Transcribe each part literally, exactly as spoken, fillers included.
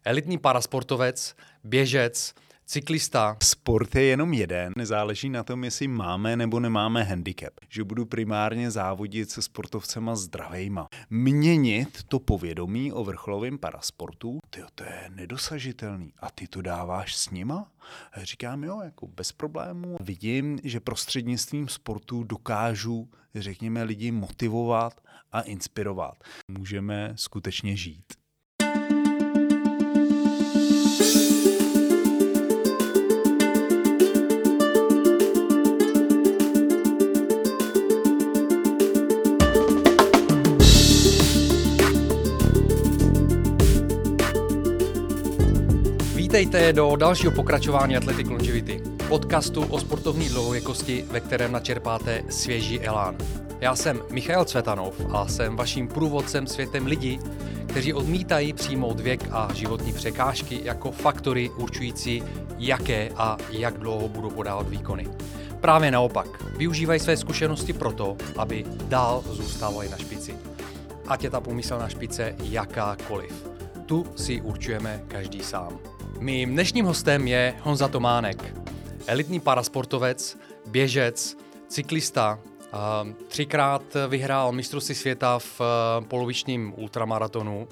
elitní parasportovec, běžec, cyklista. Sport je jenom jeden, nezáleží na tom, jestli máme nebo nemáme handicap. Že budu primárně závodit se sportovcema zdravejma. Měnit to povědomí o vrcholovém parasportu, tyjo, to je nedosažitelný. A ty to dáváš s nima? A říkám, jo, jako bez problémů. Vidím, že prostřednictvím sportu dokážu, řekněme, lidi motivovat a inspirovat. Můžeme skutečně žít. Vítejte do dalšího pokračování Athletic Longevity, podcastu o sportovní dlouhověkosti, ve kterém načerpáte svěží elán. Já jsem Michael Cvetanov a jsem vaším průvodcem světem lidí, kteří odmítají přijmout věk a životní překážky jako faktory určující, jaké a jak dlouho budou podávat výkony. Právě naopak, využívají své zkušenosti proto, aby dál zůstávali na špici. Ať je ta pomyslná špice jakákoliv. Tu si určujeme každý sám. Mým dnešním hostem je Honza Tománek, elitní parasportovec, běžec, cyklista. Třikrát vyhrál mistrovství světa v polovičním ultramaratonu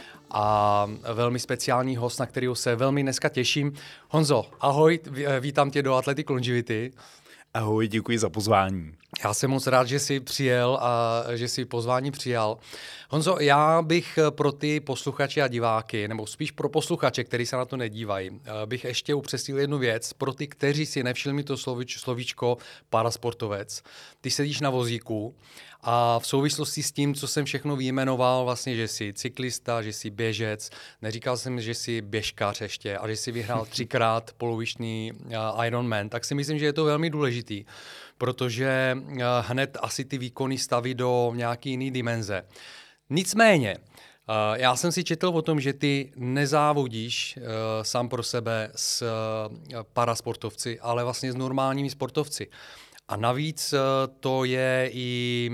a velmi speciální host, na kterého se velmi dneska těším. Honzo, ahoj, vítám tě do Athletic Longevity. Ahoj, děkuji za pozvání. Já jsem moc rád, že jsi přijel a že jsi pozvání přijal. Honzo, já bych pro ty posluchače a diváky, nebo spíš pro posluchače, kteří se na to nedívají, bych ještě upřesnil jednu věc. Pro ty, kteří si nevšimli to slovíč, slovíčko parasportovec. Ty sedíš na vozíku a v souvislosti s tím, co jsem všechno vyjmenoval, vlastně, že jsi cyklista, že jsi běžec, neříkal jsem, že jsi běžkař ještě a že jsi vyhrál třikrát poloviční Ironman, tak si myslím, že je to velmi důležitý, protože hned asi ty výkony staví do nějaký jiný dimenze. Nicméně, já jsem si četl o tom, že ty nezávodíš sám pro sebe s parasportovci, ale vlastně s normálními sportovci. A navíc to je i,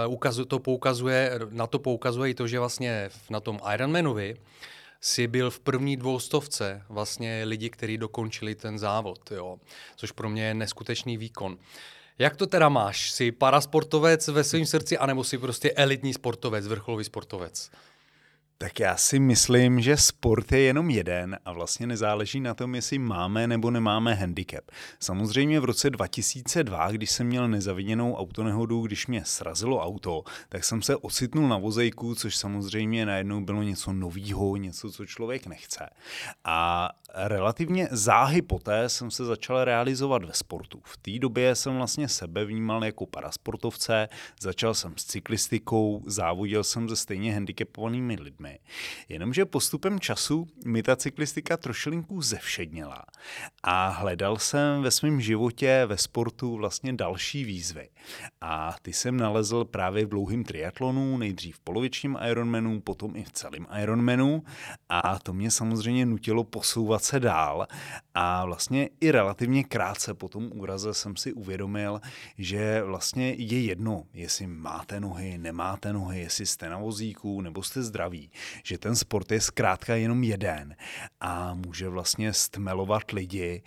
to poukazuje, na to poukazuje i to, že vlastně na tom Ironmanovi jsi byl v první dvoustovce vlastně lidi, kteří dokončili ten závod, jo, což pro mě je neskutečný výkon. Jak to teda máš? Jsi parasportovec ve svém srdci, anebo jsi prostě elitní sportovec, vrcholový sportovec? Tak já si myslím, že sport je jenom jeden a vlastně nezáleží na tom, jestli máme nebo nemáme handicap. Samozřejmě v roce dva tisíce dva, když jsem měl nezaviněnou autonehodu, když mě srazilo auto, tak jsem se ocitnul na vozejku, což samozřejmě najednou bylo něco novýho, něco, co člověk nechce. A relativně záhy poté jsem se začal realizovat ve sportu. V té době jsem vlastně sebe vnímal jako parasportovce, začal jsem s cyklistikou, závodil jsem se stejně handicapovanými lidmi. Jenomže postupem času mi ta cyklistika trošilinku zevšedněla a hledal jsem ve svém životě, ve sportu vlastně další výzvy. A ty jsem nalezl právě v dlouhým triatlonu, nejdřív v polovičním Ironmanu, potom i v celém Ironmanu a to mě samozřejmě nutilo posouvat se dál a vlastně i relativně krátce po tom úraze jsem si uvědomil, že vlastně je jedno, jestli máte nohy, nemáte nohy, jestli jste na vozíku nebo jste zdraví, že ten sport je zkrátka jenom jeden a může vlastně stmelovat lidi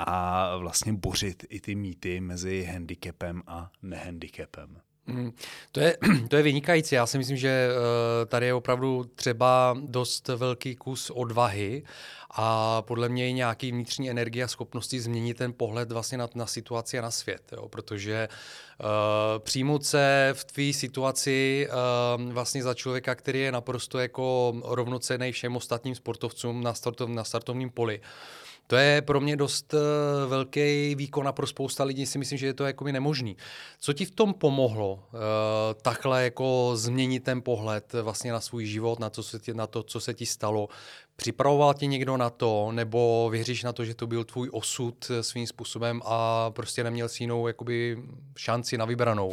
a vlastně bořit i ty mýty mezi handicapem a nehandicapem. Mm, to je, to je vynikající. Já si myslím, že uh, tady je opravdu třeba dost velký kus odvahy a podle mě i nějaký vnitřní energie a schopnosti změnit ten pohled vlastně na, na situaci a na svět. Jo? Protože uh, přijmout se v tvý situaci uh, vlastně za člověka, který je naprosto jako rovnocenný všem ostatním sportovcům na, startov, na startovním poli, to je pro mě dost uh, velký výkon a pro spousta lidí si myslím, že je to jakoby nemožný. Co ti v tom pomohlo uh, takhle jako změnit ten pohled vlastně na svůj život, na to, co se ti, na to, co se ti stalo? Připravoval tě někdo na to, nebo věříš na to, že to byl tvůj osud svým způsobem a prostě neměl si jinou jakoby šanci na vybranou?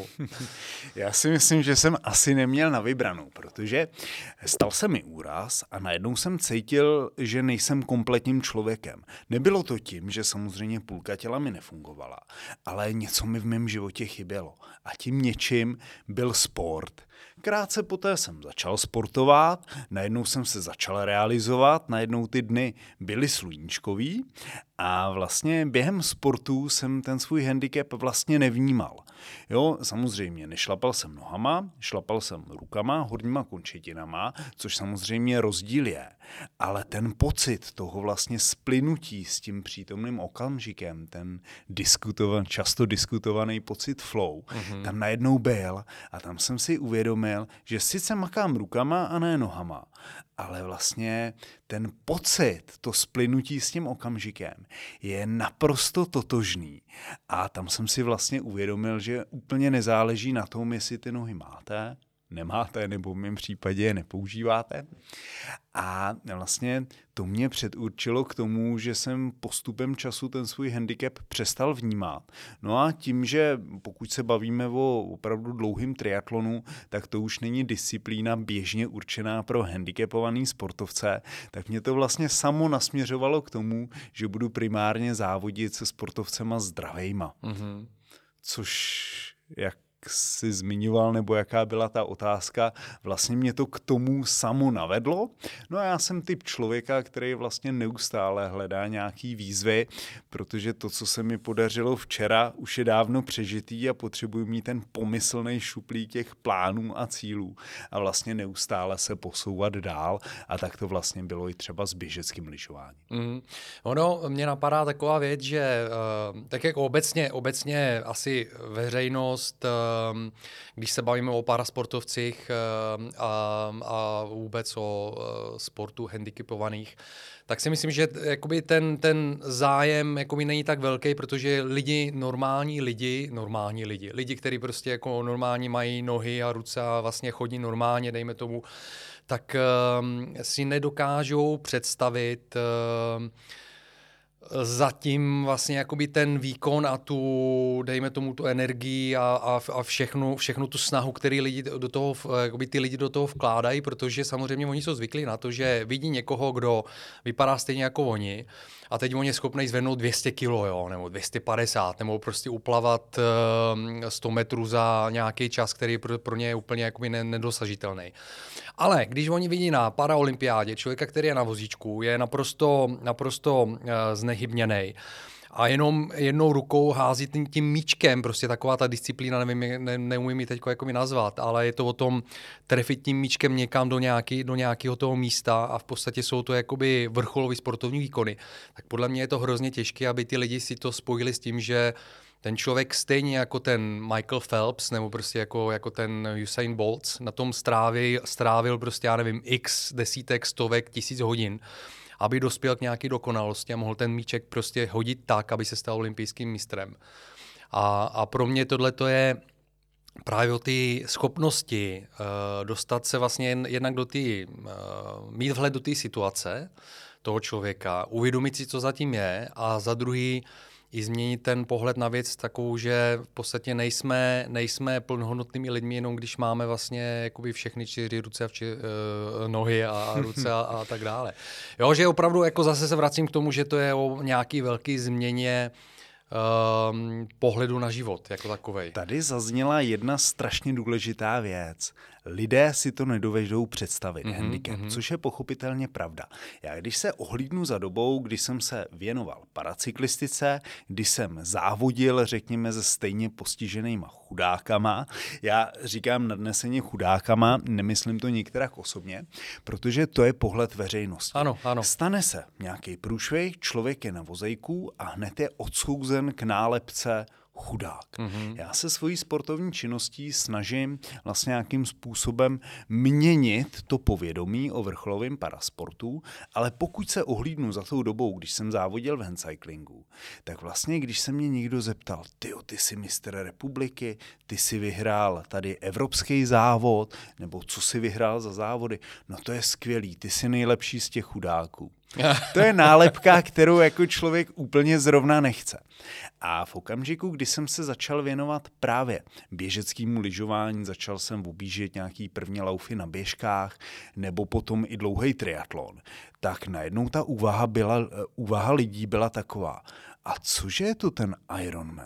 Já si myslím, že jsem asi neměl na vybranou, protože stal se mi úraz a najednou jsem cítil, že nejsem kompletním člověkem. Nebylo to tím, že samozřejmě půlka těla mi nefungovala, ale něco mi v mém životě chybělo. A tím něčím byl sport. Krátce poté jsem začal sportovat, najednou jsem se začal realizovat, najednou ty dny byly sluníčkový a vlastně během sportu jsem ten svůj handicap vlastně nevnímal. Jo, samozřejmě nešlapal jsem nohama, šlapal jsem rukama, horníma končetinama, což samozřejmě rozdíl je, ale ten pocit toho vlastně splynutí s tím přítomným okamžikem, ten diskutovan, často diskutovaný pocit flow, mm-hmm. tam najednou byl a tam jsem si uvědomil, že sice makám rukama a ne nohama, ale vlastně ten pocit, to splynutí s tím okamžikem je naprosto totožný. A tam jsem si vlastně uvědomil, že úplně nezáleží na tom, jestli ty nohy máte, nemáte, nebo v mém případě je nepoužíváte. A vlastně to mě předurčilo k tomu, že jsem postupem času ten svůj handicap přestal vnímat. No a tím, že pokud se bavíme o opravdu dlouhým triatlonu, tak to už není disciplína běžně určená pro handicapovaný sportovce, tak mě to vlastně samo nasměřovalo k tomu, že budu primárně závodit se sportovcema zdravejma. Mm-hmm. Což, jak jsi zmiňoval, nebo jaká byla ta otázka, vlastně mě to k tomu samo navedlo. No a já jsem typ člověka, který vlastně neustále hledá nějaký výzvy, protože to, co se mi podařilo včera, už je dávno přežitý a potřebuji mít ten pomyslný šuplík těch plánů a cílů a vlastně neustále se posouvat dál a tak to vlastně bylo i třeba s běžeckým lyžováním. Mm. Ono, mě napadá taková věc, že uh, tak jako obecně, obecně asi veřejnost, uh, když se bavíme o parasportovcích a, a vůbec o sportu handicapovaných, tak si myslím, že jakoby ten, ten zájem jakoby není tak velký, protože lidi, normální lidi, normální lidi, lidi, kteří prostě jako normálně mají nohy a ruce a vlastně chodí normálně, dejme tomu, tak um, si nedokážou představit um, zatím vlastně jakoby ten výkon a tu, dejme tomu tu energii a, a, a všechnu, všechnu tu snahu, který lidi do toho, jakoby ty lidi do toho vkládají, protože samozřejmě oni jsou zvyklí na to, že vidí někoho, kdo vypadá stejně jako oni a teď on je schopný zvednout dvě stě kilo, jo, nebo dvě stě padesát, nebo prostě uplavat uh, sto metrů za nějaký čas, který pro, pro ně je úplně jakoby nedosažitelný. Ale když oni vidí na paraolympiádě člověka, který je na vozíčku, je naprosto, naprosto uh, znehybněnej a jenom jednou rukou hází tím, tím míčkem, prostě taková ta disciplína, nevím, ne, neumím ji teď jako mi nazvat, ale je to o tom trefit tím míčkem někam do, nějaký, do nějakého toho místa a v podstatě jsou to jakoby vrcholový sportovní výkony. Tak podle mě je to hrozně těžké, aby ty lidi si to spojili s tím, že ten člověk stejně jako ten Michael Phelps nebo prostě jako, jako ten Usain Bolt na tom strávil, strávil prostě, já nevím, x desítek, stovek, tisíc hodin, aby dospěl k nějaké dokonalosti a mohl ten míček prostě hodit tak, aby se stal olympijským mistrem. A, a pro mě tohle to je právě o ty schopnosti uh, dostat se vlastně jen, jednak do té, uh, mít vhled do té situace toho člověka, uvědomit si, co zatím je a za druhý i změnit ten pohled na věc takovou, že v podstatě nejsme, nejsme plnohodnotnými lidmi, jenom když máme vlastně jakoby všechny čtyři ruce a vči, uh, nohy a ruce a, a tak dále. Jo, že opravdu jako zase se vracím k tomu, že to je o nějaký velký změně um, pohledu na život jako takovej. Tady zazněla jedna strašně důležitá věc. Lidé si to nedovedou představit, mm-hmm, handicap, mm-hmm. což je pochopitelně pravda. Já když se ohlídnu za dobou, když jsem se věnoval paracyklistice, když jsem závodil, řekněme, se stejně postiženýma chudákama, já říkám nadneseně chudákama, nemyslím to nikterak osobně, protože to je pohled veřejnosti. Ano, ano. Stane se nějaký průšvih, člověk je na vozejku a hned je odsouzen k nálepce chudák. Mm-hmm. Já se svojí sportovní činností snažím vlastně nějakým způsobem měnit to povědomí o vrcholovém parasportu, ale pokud se ohlídnu za tou dobou, když jsem závodil v handcyclingu, tak vlastně, když se mě někdo zeptal, tyjo, ty jsi mistr republiky, ty jsi vyhrál tady evropský závod, nebo co jsi vyhrál za závody, no to je skvělý, ty jsi nejlepší z těch chudáků. To je nálepka, kterou jako člověk úplně zrovna nechce. A v okamžiku, kdy jsem se začal věnovat právě běžeckému lyžování, začal jsem objíždět nějaký první laufy na běžkách, nebo potom i dlouhý triatlon, tak najednou ta úvaha, byla, úvaha lidí byla taková. A cože je to ten Ironman?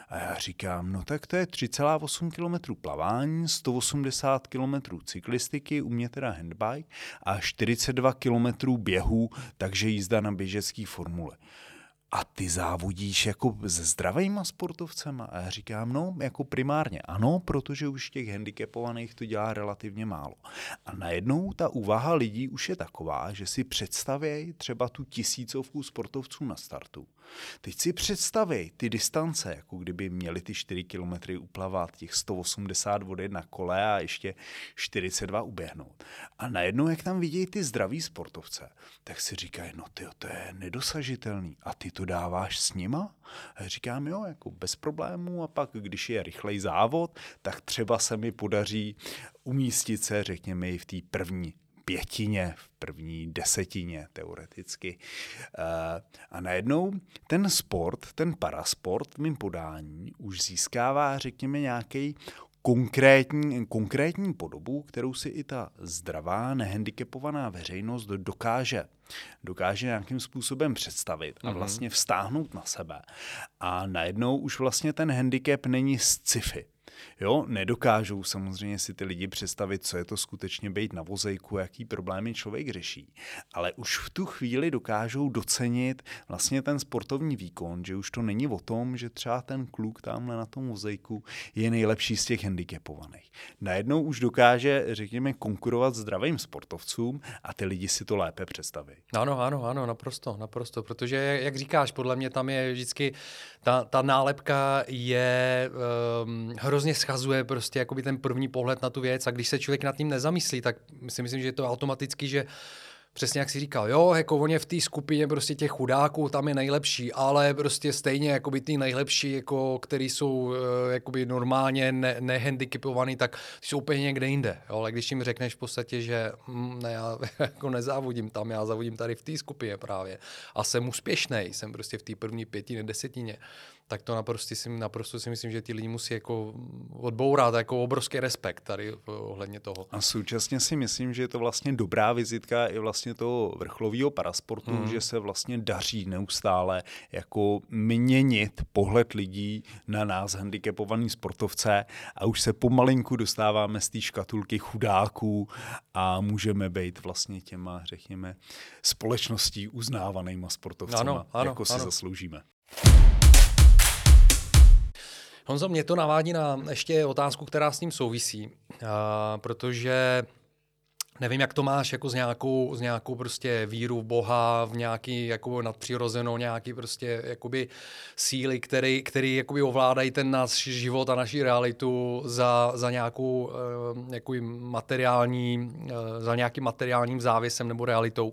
A já říkám, no tak to je tři celá osm kilometrů plavání, sto osmdesát kilometrů cyklistiky, u mě teda handbike a čtyřicet dva kilometrů běhu, takže jízda na běžecký formule. A ty závodíš jako se zdravejma sportovcema? A já říkám, no, jako primárně ano, protože už těch handicapovaných to dělá relativně málo. A najednou ta úvaha lidí už je taková, že si představěj třeba tu tisícovku sportovců na startu. Teď si představěj ty distance, jako kdyby měli ty čtyři kilometry uplavat, těch sto osmdesát vody na kole a ještě čtyřicet dva uběhnout. A najednou, jak tam vidějí ty zdraví sportovce, tak si říkají, no tyjo, to je nedosažitelný. A ty to dáváš s nima? A já říkám, jo, jako bez problémů a pak, když je rychlej závod, tak třeba se mi podaří umístit se, řekněme, i v té první pětině, v první desetině teoreticky. A najednou ten sport, ten parasport v mým podání už získává, řekněme, nějaký konkrétní, konkrétní podobu, kterou si i ta zdravá, nehandicapovaná veřejnost dokáže, dokáže nějakým způsobem představit a vlastně vztáhnout na sebe. A najednou už vlastně ten handicap není sci-fi. Jo, nedokážou samozřejmě si ty lidi představit, co je to skutečně být na vozejku, jaký problémy člověk řeší, ale už v tu chvíli dokážou docenit vlastně ten sportovní výkon, že už to není o tom, že třeba ten kluk tamhle na tom vozejku je nejlepší z těch handicapovaných. Najednou už dokáže, řekněme, konkurovat zdravým sportovcům a ty lidi si to lépe představí. Ano, ano, ano, naprosto, naprosto, protože jak říkáš, podle mě tam je vždycky, ta, ta nálepka je um, hrozně schazuje prostě jakoby ten první pohled na tu věc a když se člověk nad tím nezamyslí, tak si myslím, že je to automaticky, že přesně jak jsi říkal, jo, jako on je v té skupině prostě těch chudáků, tam je nejlepší, ale prostě stejně jakoby ty nejlepší, jako, který jsou jakoby normálně ne, nehandicapovaný, tak jsou úplně někde jinde. Jo? Ale když jim řekneš v podstatě, že hm, ne, já jako nezávodím tam, já závodím tady v té skupině právě a jsem úspěšnej, jsem prostě v té první pětině, desetině, tak to naprosto si, naprosto si myslím, že ty lidi musí jako odbourat jako obrovský respekt tady ohledně toho. A současně si myslím, že je to vlastně dobrá vizitka i vlastně toho vrcholového parasportu, hmm. že se vlastně daří neustále jako měnit pohled lidí na nás handicapovaný sportovce a už se pomalinku dostáváme z té škatulky chudáků a můžeme být vlastně těma, řekněme, společností uznávanýma sportovcema, ano, ano, jako si ano. zasloužíme. Honzo, mě to navádí na ještě otázku, která s tím souvisí, uh, protože nevím, jak to máš jako s nějakou, s nějakou prostě víru v Boha, v nějaký jako nadpřirozenou, nějaký prostě jakoby síly, který, který jakoby ovládají ten náš život a naši realitu za, za nějakou uh, jakoby materiální, uh, za nějakým materiálním závěsem nebo realitou.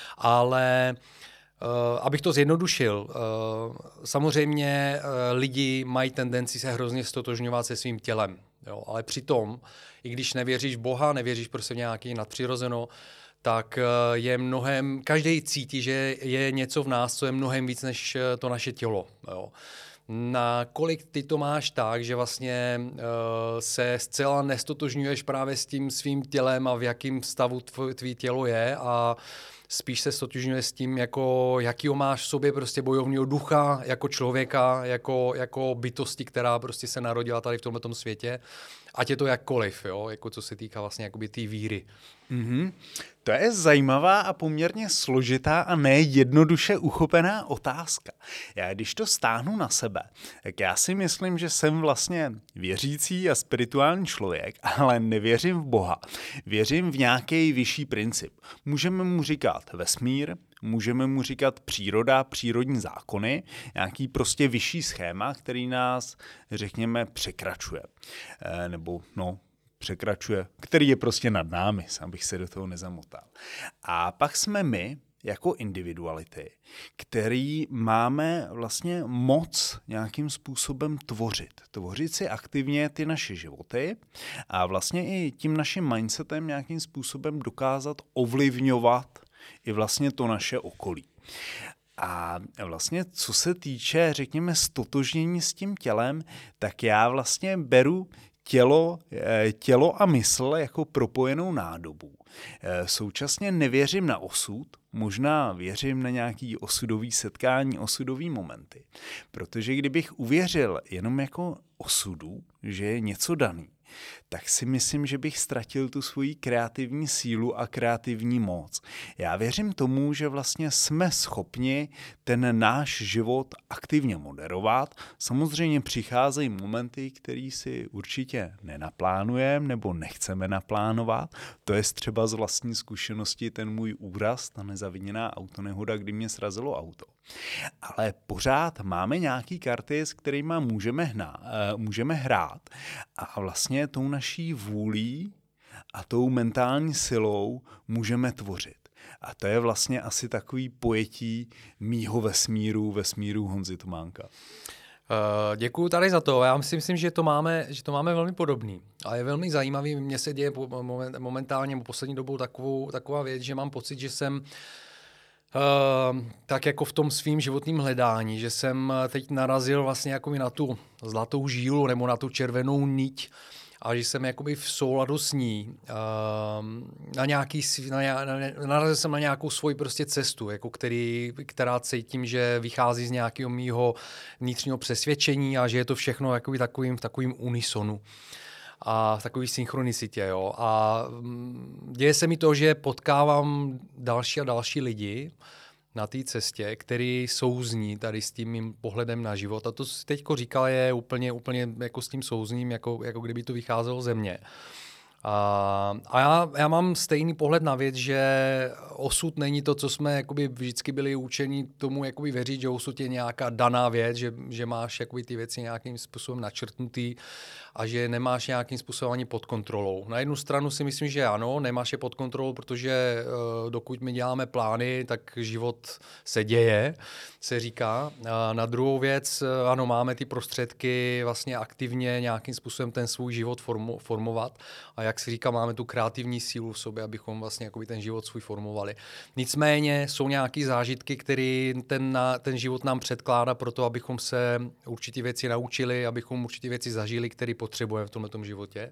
Ale Uh, abych to zjednodušil, uh, samozřejmě uh, lidi mají tendenci se hrozně stotožňovat se svým tělem, jo? Ale přitom, i když nevěříš v Boha, nevěříš prostě v nějaký nadpřirozeno, tak uh, je mnohem, každý cítí, že je něco v nás, co je mnohem víc než to naše tělo. Jo? Nakolik ty to máš tak, že vlastně uh, se zcela nestotožňuješ právě s tím svým tělem a v jakém stavu tvo, tvý tělo je a spíš se stotožňuje s tím, jako, jakýho máš v sobě prostě bojovního ducha, jako člověka, jako, jako bytosti, která prostě se narodila tady v tomhletom světě. Ať je to jakkoliv, jo? Jako co se týká vlastně té tý víry. Mm-hmm. To je zajímavá a poměrně složitá a ne jednoduše uchopená otázka. Já když to stáhnu na sebe, tak já si myslím, že jsem vlastně věřící a spirituální člověk, ale nevěřím v Boha. Věřím v nějaký vyšší princip. Můžeme mu říkat vesmír, můžeme mu říkat příroda, přírodní zákony, nějaký prostě vyšší schéma, který nás, řekněme, překračuje. E, nebo, no, překračuje, který je prostě nad námi, abych se do toho nezamotal. A pak jsme my, jako individuality, který máme vlastně moc nějakým způsobem tvořit. Tvořit si aktivně ty naše životy a vlastně i tím naším mindsetem nějakým způsobem dokázat ovlivňovat i vlastně to naše okolí. A vlastně co se týče, řekněme, stotožnění s tím tělem, tak já vlastně beru tělo, tělo a mysl jako propojenou nádobu. Současně nevěřím na osud, možná věřím na nějaký osudový setkání, osudový momenty. Protože kdybych uvěřil jenom jako osudu, že je něco daný, tak si myslím, že bych ztratil tu svoji kreativní sílu a kreativní moc. Já věřím tomu, že vlastně jsme schopni ten náš život aktivně moderovat. Samozřejmě přicházejí momenty, které si určitě nenaplánujeme nebo nechceme naplánovat. To je třeba z vlastní zkušenosti ten můj úraz, ta nezaviněná autonehoda, kdy mě srazilo auto. Ale pořád máme nějaký karty, s kterými můžeme, hná, můžeme hrát a vlastně tou naší vůlí a tou mentální silou můžeme tvořit. A to je vlastně asi takový pojetí mýho vesmíru, vesmíru Honzy Tománka. Uh, děkuju tady za to. Já si myslím, že to máme, že to máme velmi podobný. A je velmi zajímavý. Mně se děje moment, momentálně poslední dobou takovou, taková věc, že mám pocit, že jsem Uh, tak jako v tom svým životním hledání, že jsem teď narazil vlastně jako na tu zlatou žílu nebo na tu červenou niť a že jsem jakoby v souladu s ní uh, na nějaký, na, na, narazil jsem na nějakou svoji prostě cestu, jako který, která cítím, že vychází z nějakého mýho vnitřního přesvědčení a že je to všechno jakoby takovým, v takovým unisonu a v takové synchronicitě, jo. A děje se mi to, že potkávám další a další lidi na té cestě, který souzní tady s tím mým pohledem na život. A to, co teďko říkal, je úplně, úplně jako s tím souzním, jako, jako kdyby to vycházelo ze mě. A, a já, já mám stejný pohled na věc, že osud není to, co jsme jakoby vždycky byli učeni tomu jakoby věřit, že osud je nějaká daná věc, že, že máš jakoby ty věci nějakým způsobem načrtnutý a že nemáš nějakým způsobem ani pod kontrolou. Na jednu stranu si myslím, že ano, nemáš je pod kontrolou, protože uh, dokud my děláme plány, tak život se děje, se říká. A na druhou věc, ano, máme ty prostředky vlastně aktivně nějakým způsobem ten svůj život formu, formovat. A jak se říká, máme tu kreativní sílu v sobě, abychom vlastně jakoby ten život svůj formovali. Nicméně jsou nějaké zážitky, které ten, ten život nám předkládá pro to, abychom se určitě věci naučili, abychom určitě věci zažili, které potřebujeme v tomto životě.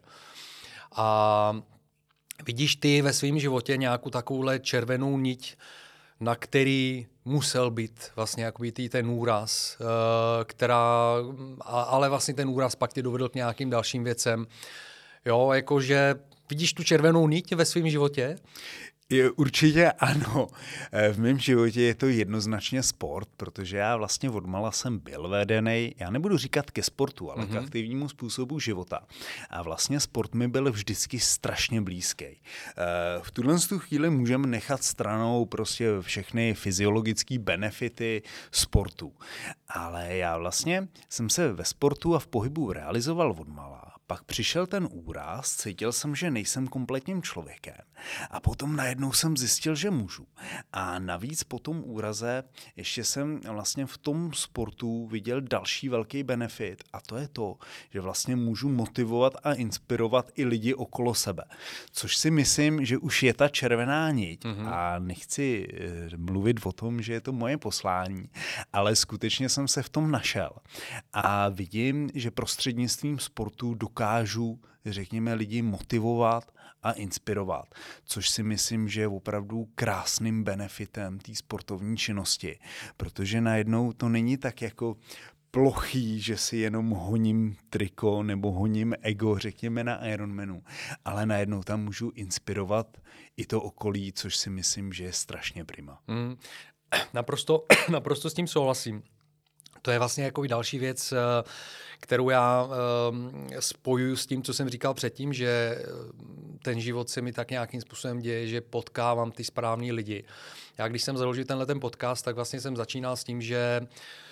A vidíš ty ve svém životě nějakou takovouhle červenou niť, na který musel být vlastně jakoby tý, ten úraz, která, ale vlastně ten úraz pak tě dovedl k nějakým dalším věcem. Jo, jakože vidíš tu červenou niť ve svém životě? Je, určitě ano. V mém životě je to jednoznačně sport, protože já vlastně odmala jsem byl vedený, já nebudu říkat ke sportu, ale mm-hmm. k aktivnímu způsobu života. A vlastně sport mi byl vždycky strašně blízký. V tuhle chvíli můžeme nechat stranou prostě všechny fyziologické benefity sportu. Ale já vlastně jsem se ve sportu a v pohybu realizoval odmala. Pak přišel ten úraz, cítil jsem, že nejsem kompletním člověkem. A potom najednou jsem zjistil, že můžu. A navíc po tom úraze ještě jsem vlastně v tom sportu viděl další velký benefit. A to je to, že vlastně můžu motivovat a inspirovat i lidi okolo sebe. Což si myslím, že už je ta červená niť. Mm-hmm. A nechci mluvit o tom, že je to moje poslání, ale skutečně jsem se v tom našel. A vidím, že prostřednictvím sportu dokážu, řekněme, lidi motivovat a inspirovat, což si myslím, že je opravdu krásným benefitem té sportovní činnosti, protože najednou to není tak jako plochý, že si jenom honím triko nebo honím ego, řekněme, na Ironmanu, ale najednou tam můžu inspirovat i to okolí, což si myslím, že je strašně prima. Mm, naprosto, naprosto s tím souhlasím. To je vlastně jako další věc, kterou já spojuju s tím, co jsem říkal předtím, že ten život se mi tak nějakým způsobem děje, že potkávám ty správný lidi. Já když jsem založil tenhle ten podcast, tak vlastně jsem začínal s tím, že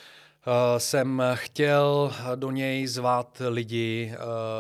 jsem chtěl do něj zvát lidi,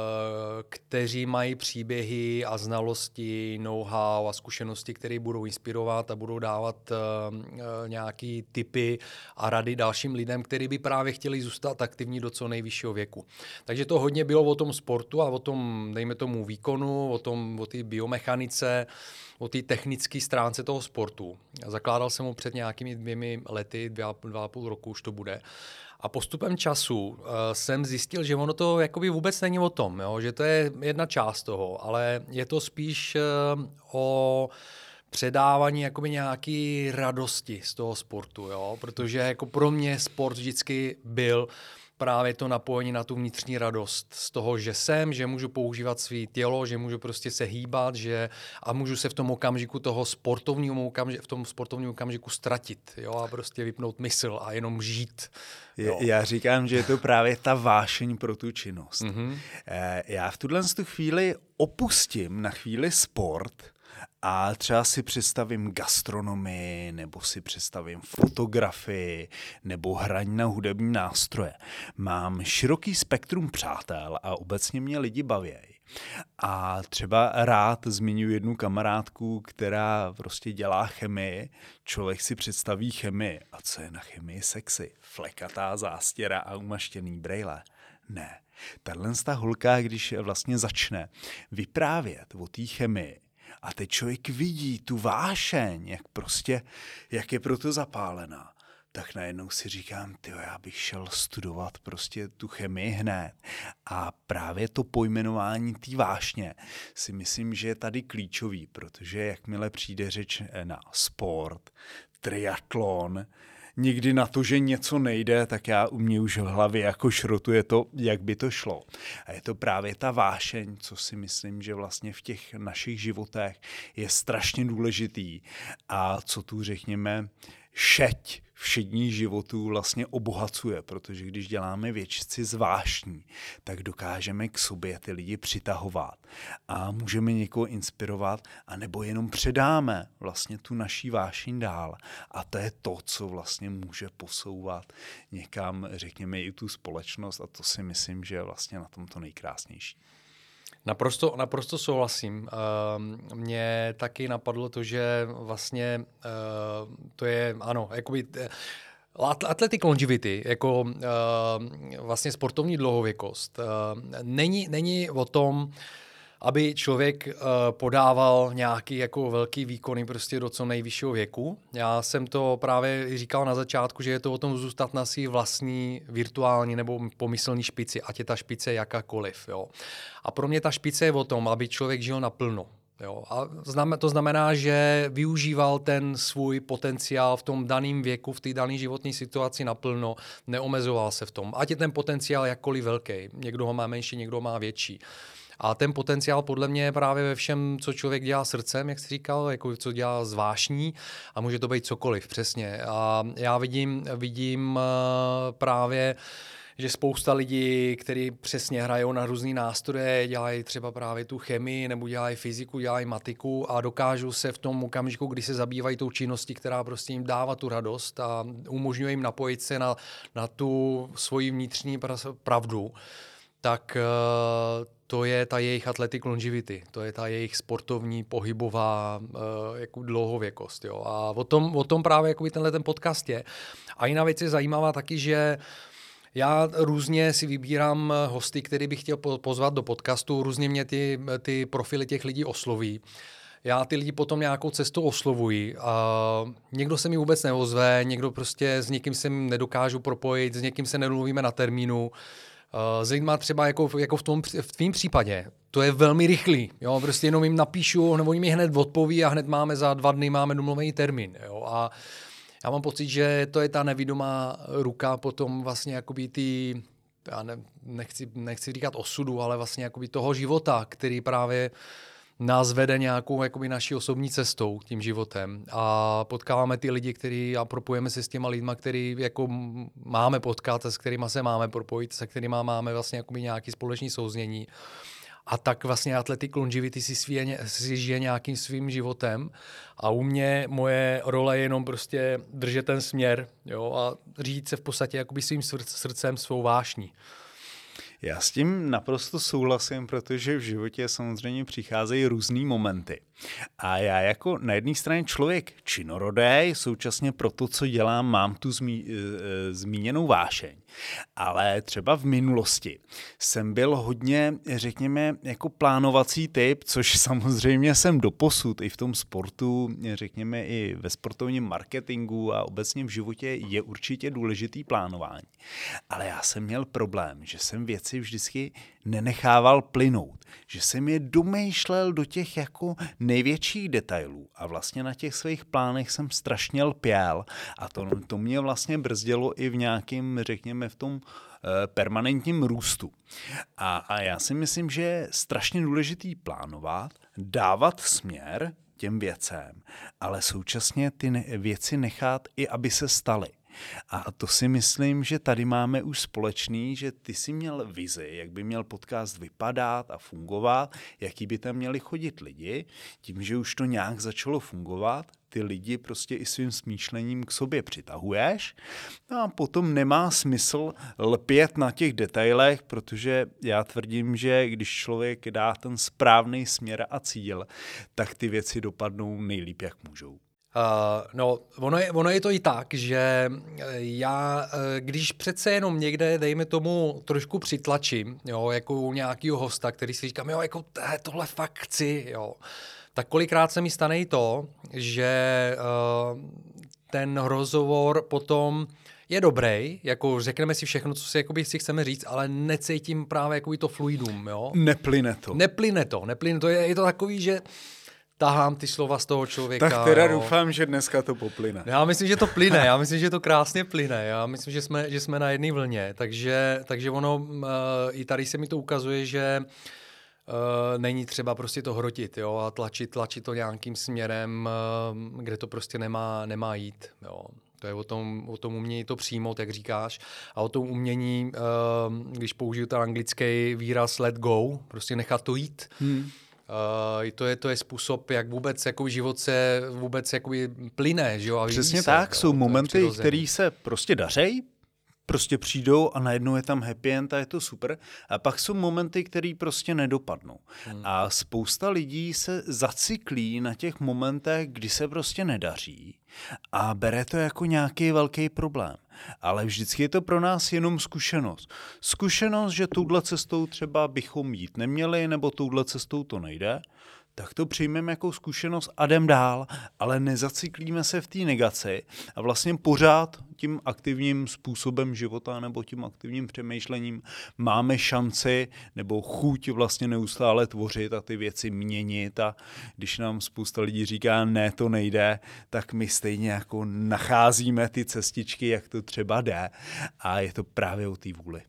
kteří mají příběhy a znalosti, know-how a zkušenosti, které budou inspirovat a budou dávat nějaké tipy a rady dalším lidem, kteří by právě chtěli zůstat aktivní do co nejvyššího věku. Takže to hodně bylo o tom sportu a o tom, dejme tomu, výkonu, o tom, o té biomechanice, o té technické stránce toho sportu. Zakládal jsem ho před nějakými dvěmi lety, dva, dva a půl roku už to bude. A postupem času uh, jsem zjistil, že ono to jakoby vůbec není o tom, jo? Že to je jedna část toho, ale je to spíš uh, o předávání jakoby nějaký radosti z toho sportu, jo? Protože jako pro mě sport vždycky byl právě to napojení na tu vnitřní radost z toho, že jsem, že můžu používat svý tělo, že můžu prostě se hýbat, že a můžu se v tom okamžiku toho sportovního okamžiku, v tom sportovním okamžiku ztratit, jo, a prostě vypnout mysl a jenom žít. Jo. Já říkám, že je to právě ta vášeň pro tu činnost. Mm-hmm. Já v tuhle chvíli opustím na chvíli sport a třeba si představím gastronomii, nebo si představím fotografii, nebo hraní na hudební nástroje. Mám široký spektrum přátel a obecně mě lidi baví. A třeba rád zmiňuji jednu kamarádku, která prostě dělá chemii. Člověk si představí chemii. A co je na chemii sexy? Flekatá zástěra a umaštěný brejle. Ne. Tahle holka, když vlastně začne vyprávět o té chemii, a teď člověk vidí tu vášeň, jak prostě, jak je proto zapálená, tak najednou si říkám, tyjo, já bych šel studovat prostě tu chemii hned. A právě to pojmenování té vášně si myslím, že je tady klíčový, protože jakmile přijde řeč na sport, triatlon, nikdy na to, že něco nejde, tak já u mě už v hlavě jako šrotuje to, jak by to šlo. A je to právě ta vášeň, co si myslím, že vlastně v těch našich životech je strašně důležitý a co tu řekněme šeť všedních životů vlastně obohacuje, protože když děláme věci z vášní, tak dokážeme k sobě ty lidi přitahovat a můžeme někoho inspirovat, anebo jenom předáme vlastně tu naší vášeň dál. A to je to, co vlastně může posouvat někam, řekněme, i tu společnost a to si myslím, že je vlastně na tom to nejkrásnější. Naprosto, naprosto souhlasím. Mně taky napadlo to, že vlastně to je, ano, jakoby athletic longevity, jako vlastně sportovní dlouhověkost, není, není o tom, aby člověk uh, podával nějaký jako velký výkony prostě do co nejvyššího věku. Já jsem to právě říkal na začátku, že je to o tom zůstat na svý vlastní virtuální nebo pomyslný špici, ať je ta špice jakákoliv. Jo. A pro mě ta špice je o tom, aby člověk žil naplno. Jo. A to znamená, že využíval ten svůj potenciál v tom daném věku, v té dané životní situaci naplno, neomezoval se v tom. Ať je ten potenciál jakkoliv velký. Někdo ho má menší, někdo ho má větší. A ten potenciál podle mě je právě ve všem, co člověk dělá srdcem, jak jsi říkal, jako co dělá zvláštní a může to být cokoliv, přesně. A já vidím, vidím právě, že spousta lidí, kteří přesně hrajou na různý nástroje, dělají třeba právě tu chemii nebo dělají fyziku, dělají matiku a dokážou se v tom okamžiku, kdy se zabývají tou činností, která prostě jim dává tu radost a umožňuje jim napojit se na, na tu svoji vnitřní pravdu, tak to je ta jejich athletic longevity, to je ta jejich sportovní, pohybová uh, jako dlouhověkost. Jo. A o tom, o tom právě jakoby tenhle ten podcast je. A jiná věc je zajímavá taky, že já různě si vybírám hosty, který bych chtěl pozvat do podcastu, různě mě ty, ty profily těch lidí osloví. Já ty lidi potom nějakou cestou oslovuji. Uh, někdo se mi vůbec neozve, někdo prostě s někým se nedokážu propojit, s někým se nemluvíme na termínu. Uh, s lidma třeba jako, jako v tom v tvým případě, to je velmi rychlý, jo, prostě jenom jim napíšu, nebo jim hned odpoví a hned máme za dva dny máme domluvený termín, jo, a já mám pocit, že to je ta nevidomá ruka potom vlastně jakoby ty, já ne, nechci, nechci říkat osudu, ale vlastně jakoby toho života, který právě nás vede nějakou jakoby naší osobní cestou tím životem a potkáváme ty lidi, který a propojujeme se s těma lidma, který jako máme potkat, s kterýma se máme propojit, se kterýma máme vlastně jakoby nějaký společný souznění. A tak vlastně athletic longevity si, svíje, si žije nějakým svým životem a u mě moje role je jenom prostě držet ten směr, jo, a řídit se v podstatě jakoby svým srdcem, svou vášní. Já s tím naprosto souhlasím, protože v životě samozřejmě přicházejí různý momenty. A já jako na jedné straně člověk činorodý, současně pro to, co dělám, mám tu zmí, e, zmíněnou vášeň. Ale třeba v minulosti jsem byl hodně, řekněme, jako plánovací typ, což samozřejmě jsem doposud i v tom sportu, řekněme i ve sportovním marketingu a obecně v životě je určitě důležitý plánování. Ale já jsem měl problém, že jsem věci vždycky nenechával plynout, že jsem je domýšlel do těch jako největších detailů a vlastně na těch svých plánech jsem strašně lpěl a to, to mě vlastně brzdilo i v nějakém, řekněme, v tom e, permanentním růstu. A, a já si myslím, že je strašně důležitý plánovat, dávat směr těm věcem, ale současně ty ne- věci nechat i, aby se staly. A to si myslím, že tady máme už společný, že ty jsi měl vizi, jak by měl podcast vypadat a fungovat, jaký by tam měli chodit lidi. Tím, že už to nějak začalo fungovat, ty lidi prostě i svým smýšlením k sobě přitahuješ. No a potom nemá smysl lpět na těch detailech, protože já tvrdím, že když člověk dá ten správný směr a cíl, tak ty věci dopadnou nejlíp, jak můžou. Uh, no, ono je, ono je to i tak, že já, když přece jenom někde, dejme tomu, trošku přitlačím, jo, jako u nějakého hosta, který si říkám, jo, jako tohle fakt chci, jo, tak kolikrát se mi stane i to, že uh, ten rozhovor potom je dobrý, jako řekneme si všechno, co si, jakoby, si chceme říct, ale necítím právě jakoby to fluidum, jo. Neplyne to. Neplyne to, neplyne to, je, je to takový, že tahám ty slova z toho člověka. Tak teda jo. doufám, že dneska to poplyne. Já myslím, že to plyne, já myslím, že to krásně plyne, já myslím, že jsme, že jsme na jedné vlně, takže, takže ono, uh, i tady se mi to ukazuje, že uh, není třeba prostě to hrotit, jo, a tlačit, tlačit to nějakým směrem, uh, kde to prostě nemá, nemá jít, jo. To je o tom, o tom umění to přijmout, jak říkáš, a o tom umění, uh, když použiju ten anglický výraz let go, prostě nechat to jít. Hmm. Uh, to, je, to je způsob, jak vůbec jakoby, život se vůbec jakoby, plyne. Že jo? A přesně se, tak, jo? Jsou momenty, které se prostě dařejí, prostě přijdou a najednou je tam happy end a je to super. A pak jsou momenty, které prostě nedopadnou. Hmm. A spousta lidí se zacyklí na těch momentech, kdy se prostě nedaří a bere to jako nějaký velký problém. Ale vždycky je to pro nás jenom zkušenost. Zkušenost, že touhle cestou třeba bychom jít neměli, nebo touhle cestou to nejde, tak to přijmeme jako zkušenost a jdem dál, ale nezacyklíme se v té negaci a vlastně pořád tím aktivním způsobem života nebo tím aktivním přemýšlením máme šanci nebo chuť vlastně neustále tvořit a ty věci měnit a když nám spousta lidí říká ne, to nejde, tak my stejně jako nacházíme ty cestičky, jak to třeba jde a je to právě o té vůli.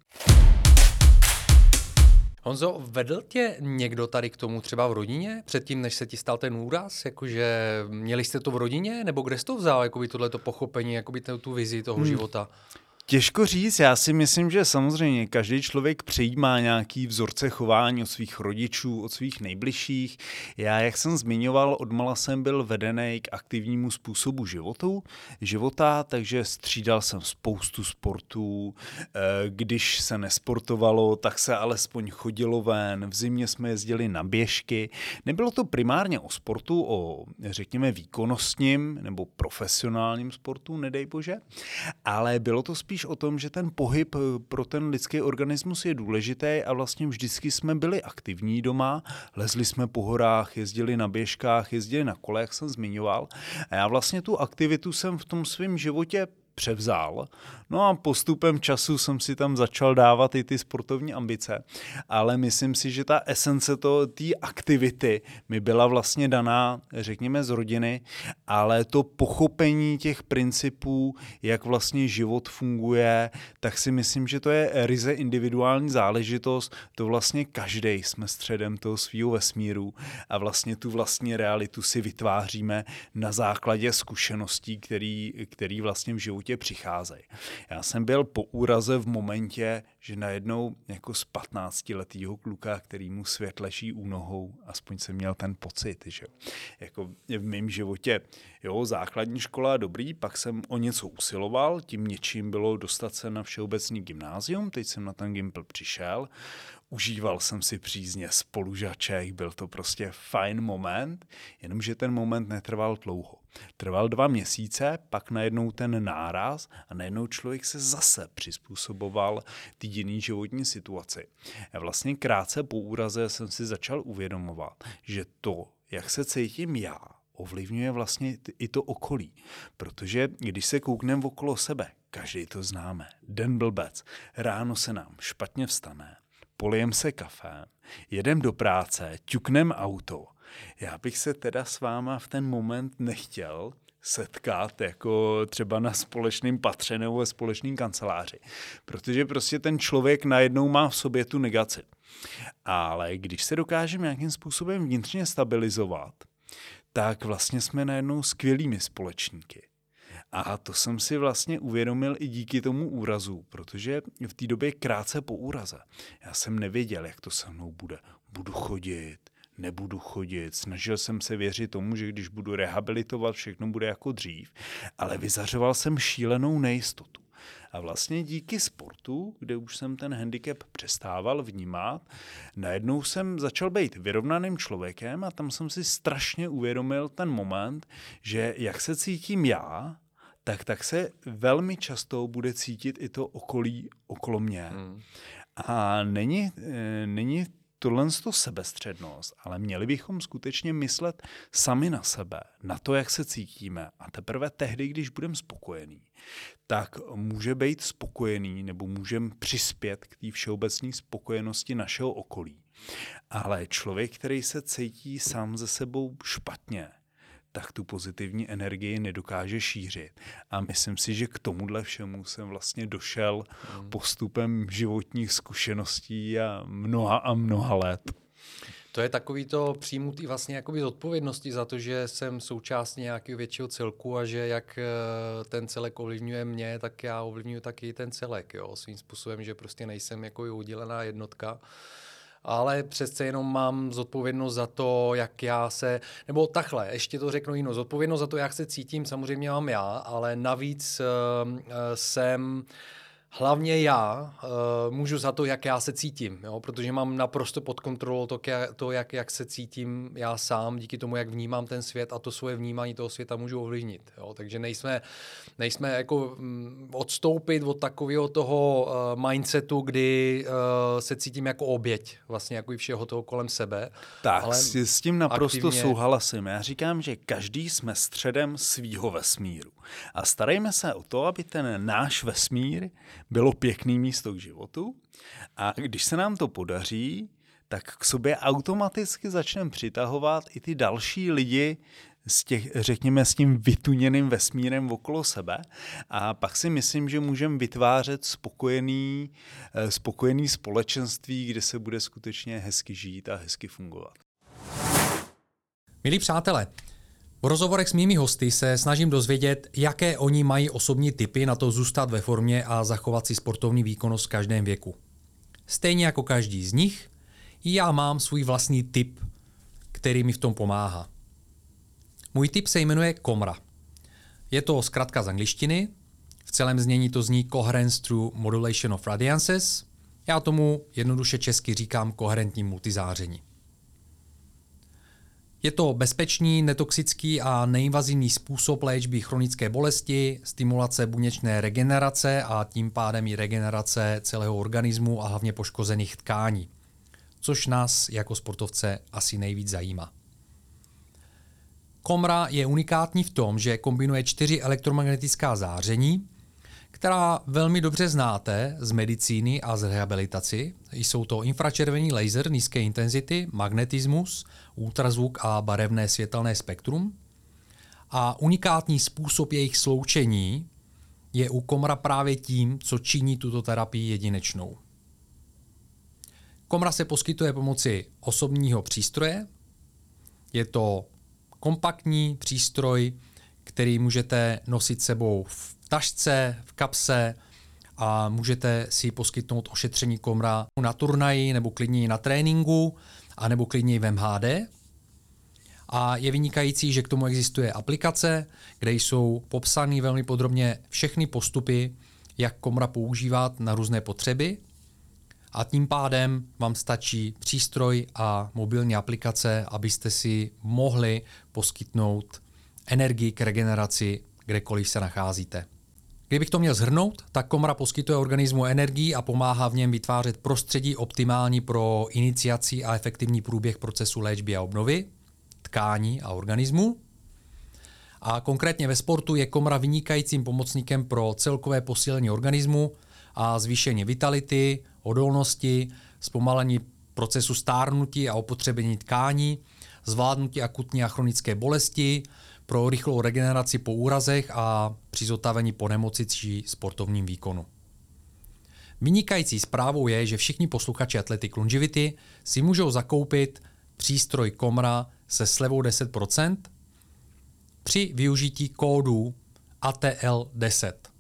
Honzo, vedl tě někdo tady k tomu třeba v rodině, předtím, než se ti stal ten úraz? Jakože měli jste to v rodině, nebo kde jsi to vzal, jakoby tohleto pochopení, jakoby tu vizi toho hmm. života? Těžko říct, já si myslím, že samozřejmě každý člověk přijímá nějaký vzorce chování od svých rodičů, od svých nejbližších. Já, jak jsem zmiňoval, odmala jsem byl vedený k aktivnímu způsobu životu, života, takže střídal jsem spoustu sportů. Když se nesportovalo, tak se alespoň chodilo ven. V zimě jsme jezdili na běžky. Nebylo to primárně o sportu, o řekněme výkonnostním nebo profesionálním sportu, nedej bože, ale bylo to spíš o tom, že ten pohyb pro ten lidský organismus je důležitý a vlastně vždycky jsme byli aktivní doma, lezli jsme po horách, jezdili na běžkách, jezdili na kole, jak jsem zmiňoval. A já vlastně tu aktivitu jsem v tom svém životě převzal. No a postupem času jsem si tam začal dávat i ty sportovní ambice. Ale myslím si, že ta esence té aktivity mi byla vlastně daná, řekněme, z rodiny, ale to pochopení těch principů, jak vlastně život funguje, tak si myslím, že to je ryze individuální záležitost. To vlastně každý jsme středem toho svýho vesmíru a vlastně tu vlastní realitu si vytváříme na základě zkušeností, který, který vlastně v životě životě přicházejí. Já jsem byl po úraze v momentě, že najednou jako z patnáctiletého kluka, který mu svět leží u nohou, aspoň jsem měl ten pocit, že jako v mém životě, jo, základní škola dobrý, pak jsem o něco usiloval, tím něčím bylo dostat se na všeobecný gymnázium, teď jsem na ten Gimpl přišel, užíval jsem si přízně spolužaček, byl to prostě fajn moment, jenomže ten moment netrval dlouho. Trval dva měsíce, pak najednou ten náraz a najednou člověk se zase přizpůsoboval té jiné životní situaci. A vlastně krátce po úraze jsem si začal uvědomovat, že to, jak se cítím já, ovlivňuje vlastně i to okolí. Protože když se koukneme okolo sebe, každý to známe, den blbec, ráno se nám špatně vstane, polijem se kafem, jedem do práce, ťuknem auto. Já bych se teda s váma v ten moment nechtěl setkat jako třeba na společném patře nebo ve společném kanceláři. Protože prostě ten člověk najednou má v sobě tu negaci. Ale když se dokážeme nějakým způsobem vnitřně stabilizovat, tak vlastně jsme najednou skvělými společníky. A to jsem si vlastně uvědomil i díky tomu úrazu, protože v té době krátce po úraze já jsem nevěděl, jak to se mnou bude. Budu chodit, nebudu chodit. Snažil jsem se věřit tomu, že když budu rehabilitovat, všechno bude jako dřív, ale vyzařoval jsem šílenou nejistotu. A vlastně díky sportu, kde už jsem ten handicap přestával vnímat, najednou jsem začal být vyrovnaným člověkem a tam jsem si strašně uvědomil ten moment, že jak se cítím já, tak, tak se velmi často bude cítit i to okolí okolo mě. Hmm. A není, není tohle to sebestřednost, ale měli bychom skutečně myslet sami na sebe, na to, jak se cítíme. A teprve tehdy, když budeme spokojení, tak může být spokojený nebo můžeme přispět k té všeobecné spokojenosti našeho okolí. Ale člověk, který se cítí sám ze sebou špatně, tak tu pozitivní energii nedokáže šířit. A myslím si, že k tomuhle všemu jsem vlastně došel hmm. postupem životních zkušeností a mnoha a mnoha let. To je takový to přijmutý vlastně jakoby zodpovědnosti za to, že jsem součástí nějakého většího celku a že jak ten celek ovlivňuje mě, tak já ovlivňuji taky ten celek. Jo? Svým způsobem, že prostě nejsem jako udělená jednotka. Ale přece jenom mám zodpovědnost za to, jak já se, nebo takhle, ještě to řeknu jinou, zodpovědnost za to, jak se cítím, samozřejmě mám já, ale navíc uh, jsem hlavně já uh, můžu za to, jak já se cítím, jo? Protože mám naprosto pod kontrolou to, to jak, jak se cítím já sám, díky tomu, jak vnímám ten svět a to svoje vnímání toho světa můžu ovlivnit. Jo? Takže nejsme, nejsme jako um, odstoupit od takového toho uh, mindsetu, kdy uh, se cítím jako oběť vlastně jako i všeho toho kolem sebe. Tak, ale s, s tím naprosto aktivně... souhlasím. Já říkám, že každý jsme středem svýho vesmíru. A starejme se o to, aby ten náš vesmír bylo pěkný místo k životu a když se nám to podaří, tak k sobě automaticky začneme přitahovat i ty další lidi s těch, řekněme, s tím vytuněným vesmírem okolo sebe a pak si myslím, že můžeme vytvářet spokojený, spokojený společenství, kde se bude skutečně hezky žít a hezky fungovat. Milí přátelé, v rozhovorech s mými hosty se snažím dozvědět, jaké oni mají osobní tipy na to zůstat ve formě a zachovat si sportovní výkonnost v každém věku. Stejně jako každý z nich, i já mám svůj vlastní tip, který mi v tom pomáhá. Můj tip se jmenuje Komra. Je to zkratka z angličtiny, v celém znění to zní Coherence through Modulation of Radiances, já tomu jednoduše česky říkám koherentní multizáření. Je to bezpečný, netoxický a neinvazivní způsob léčby chronické bolesti, stimulace buněčné regenerace a tím pádem i regenerace celého organismu a hlavně poškozených tkání, což nás jako sportovce asi nejvíc zajímá. Komra je unikátní v tom, že kombinuje čtyři elektromagnetická záření, která velmi dobře znáte z medicíny a z rehabilitaci. Jsou to infračervený laser nízké intenzity, magnetismus, ultrazvuk a barevné světelné spektrum. A unikátní způsob jejich sloučení je u Komra právě tím, co činí tuto terapii jedinečnou. Komra se poskytuje pomocí osobního přístroje. Je to kompaktní přístroj, který můžete nosit sebou v tašce, v kapse a můžete si poskytnout ošetření komra na turnaji nebo klidně na tréninku a nebo klidně v M H D. A je vynikající, že k tomu existuje aplikace, kde jsou popsány velmi podrobně všechny postupy, jak komra používat na různé potřeby. A tím pádem vám stačí přístroj a mobilní aplikace, abyste si mohli poskytnout energii k regeneraci, kdekoliv se nacházíte. Kdybych to měl shrnout, tak komra poskytuje organismu energii a pomáhá v něm vytvářet prostředí optimální pro iniciaci a efektivní průběh procesu léčby a obnovy tkání a organismu. A konkrétně ve sportu je komra vynikajícím pomocníkem pro celkové posílení organismu a zvýšení vitality, odolnosti, zpomalení procesu stárnutí a opotřebení tkání, zvládnutí akutní a chronické bolesti, pro rychlou regeneraci po úrazech a při zotavení po nemoci či sportovním výkonu. Vynikající zprávou je, že všichni posluchači Athletic Longevity si můžou zakoupit přístroj komra se slevou deset procent při využití kódu A T L deset.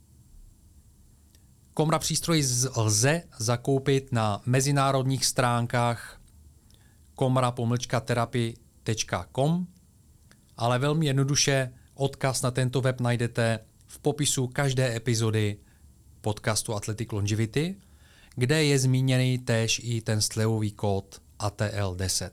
Komra přístroj lze zakoupit na mezinárodních stránkách komra pomlčka therapy tečka com, ale velmi jednoduše odkaz na tento web najdete v popisu každé epizody podcastu Athletic Longevity, kde je zmíněný též i ten slevový kód A T L deset.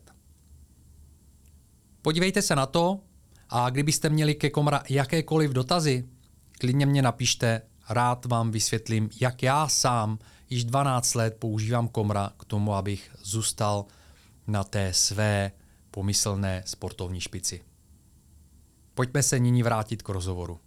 Podívejte se na to a kdybyste měli ke komra jakékoliv dotazy, klidně mě napište, rád vám vysvětlím, jak já sám již dvanáct let používám komra k tomu, abych zůstal na té své pomyslné sportovní špici. Pojďme se nyní vrátit k rozhovoru.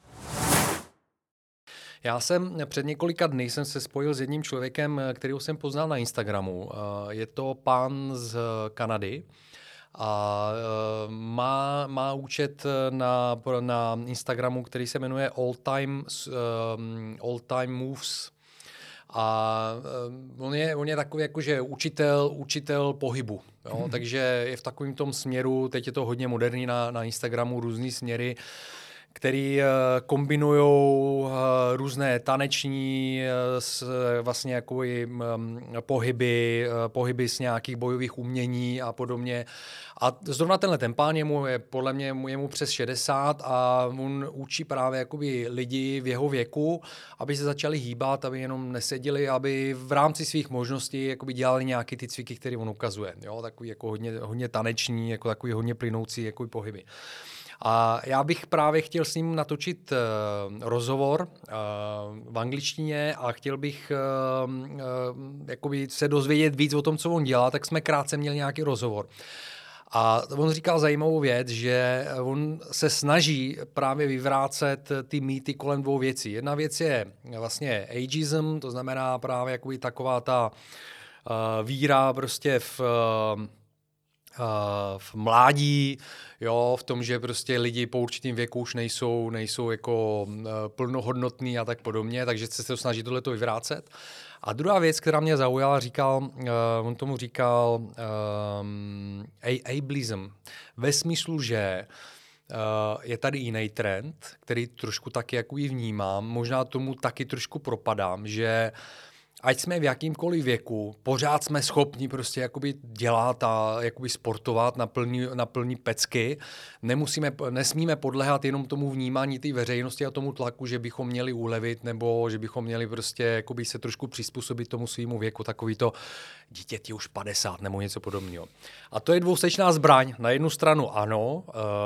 Já jsem před několika dny jsem se spojil s jedním člověkem, kterého jsem poznal na Instagramu. Je to pán z Kanady a má, má účet na, na Instagramu, který se jmenuje All Time, All Time Moves. A on je, on je takový jakože učitel, učitel pohybu. Jo? Hmm. Takže je v takovém tom směru, teď je to hodně moderní na, na Instagramu, různý směry, který kombinují různé taneční s vlastně jako pohyby, pohyby z nějakých bojových umění a podobně. A zrovna tenhle ten pán je mu, je, podle mě je mu přes šedesát a on učí právě jakoby lidi v jeho věku, aby se začali hýbat, aby jenom neseděli, aby v rámci svých možností jakoby dělali nějaké ty cviky, které on ukazuje. Jo? Takový jako hodně, hodně taneční, jako takový hodně plynoucí jako pohyby. A já bych právě chtěl s ním natočit uh, rozhovor uh, v angličtině a chtěl bych uh, uh, jakoby se dozvědět víc o tom, co on dělá, tak jsme krátce měli nějaký rozhovor. A on říkal zajímavou věc, že on se snaží právě vyvrácet ty mýty kolem dvou věcí. Jedna věc je vlastně ageism, to znamená právě jakoby taková ta uh, víra prostě v... Uh, v mládí, jo, v tom, že prostě lidi po určitém věku už nejsou, nejsou jako plnohodnotní a tak podobně, takže se to snaží tohleto vyvrácet. A druhá věc, která mě zaujala, říkal, uh, on tomu říkal um, ableism, ve smyslu, že uh, je tady jiný trend, který trošku taky jako ji vnímám, možná tomu taky trošku propadám, že ať jsme v jakýmkoliv věku, pořád jsme schopni prostě jakoby dělat a jakoby sportovat na plný, na plný pecky. Nemusíme, nesmíme podléhat jenom tomu vnímání té veřejnosti a tomu tlaku, že bychom měli ulevit nebo že bychom měli prostě jakoby se trošku přizpůsobit tomu svýmu věku. Takový to dítěti už padesát nebo něco podobného. A to je dvousečná zbraň. Na jednu stranu ano,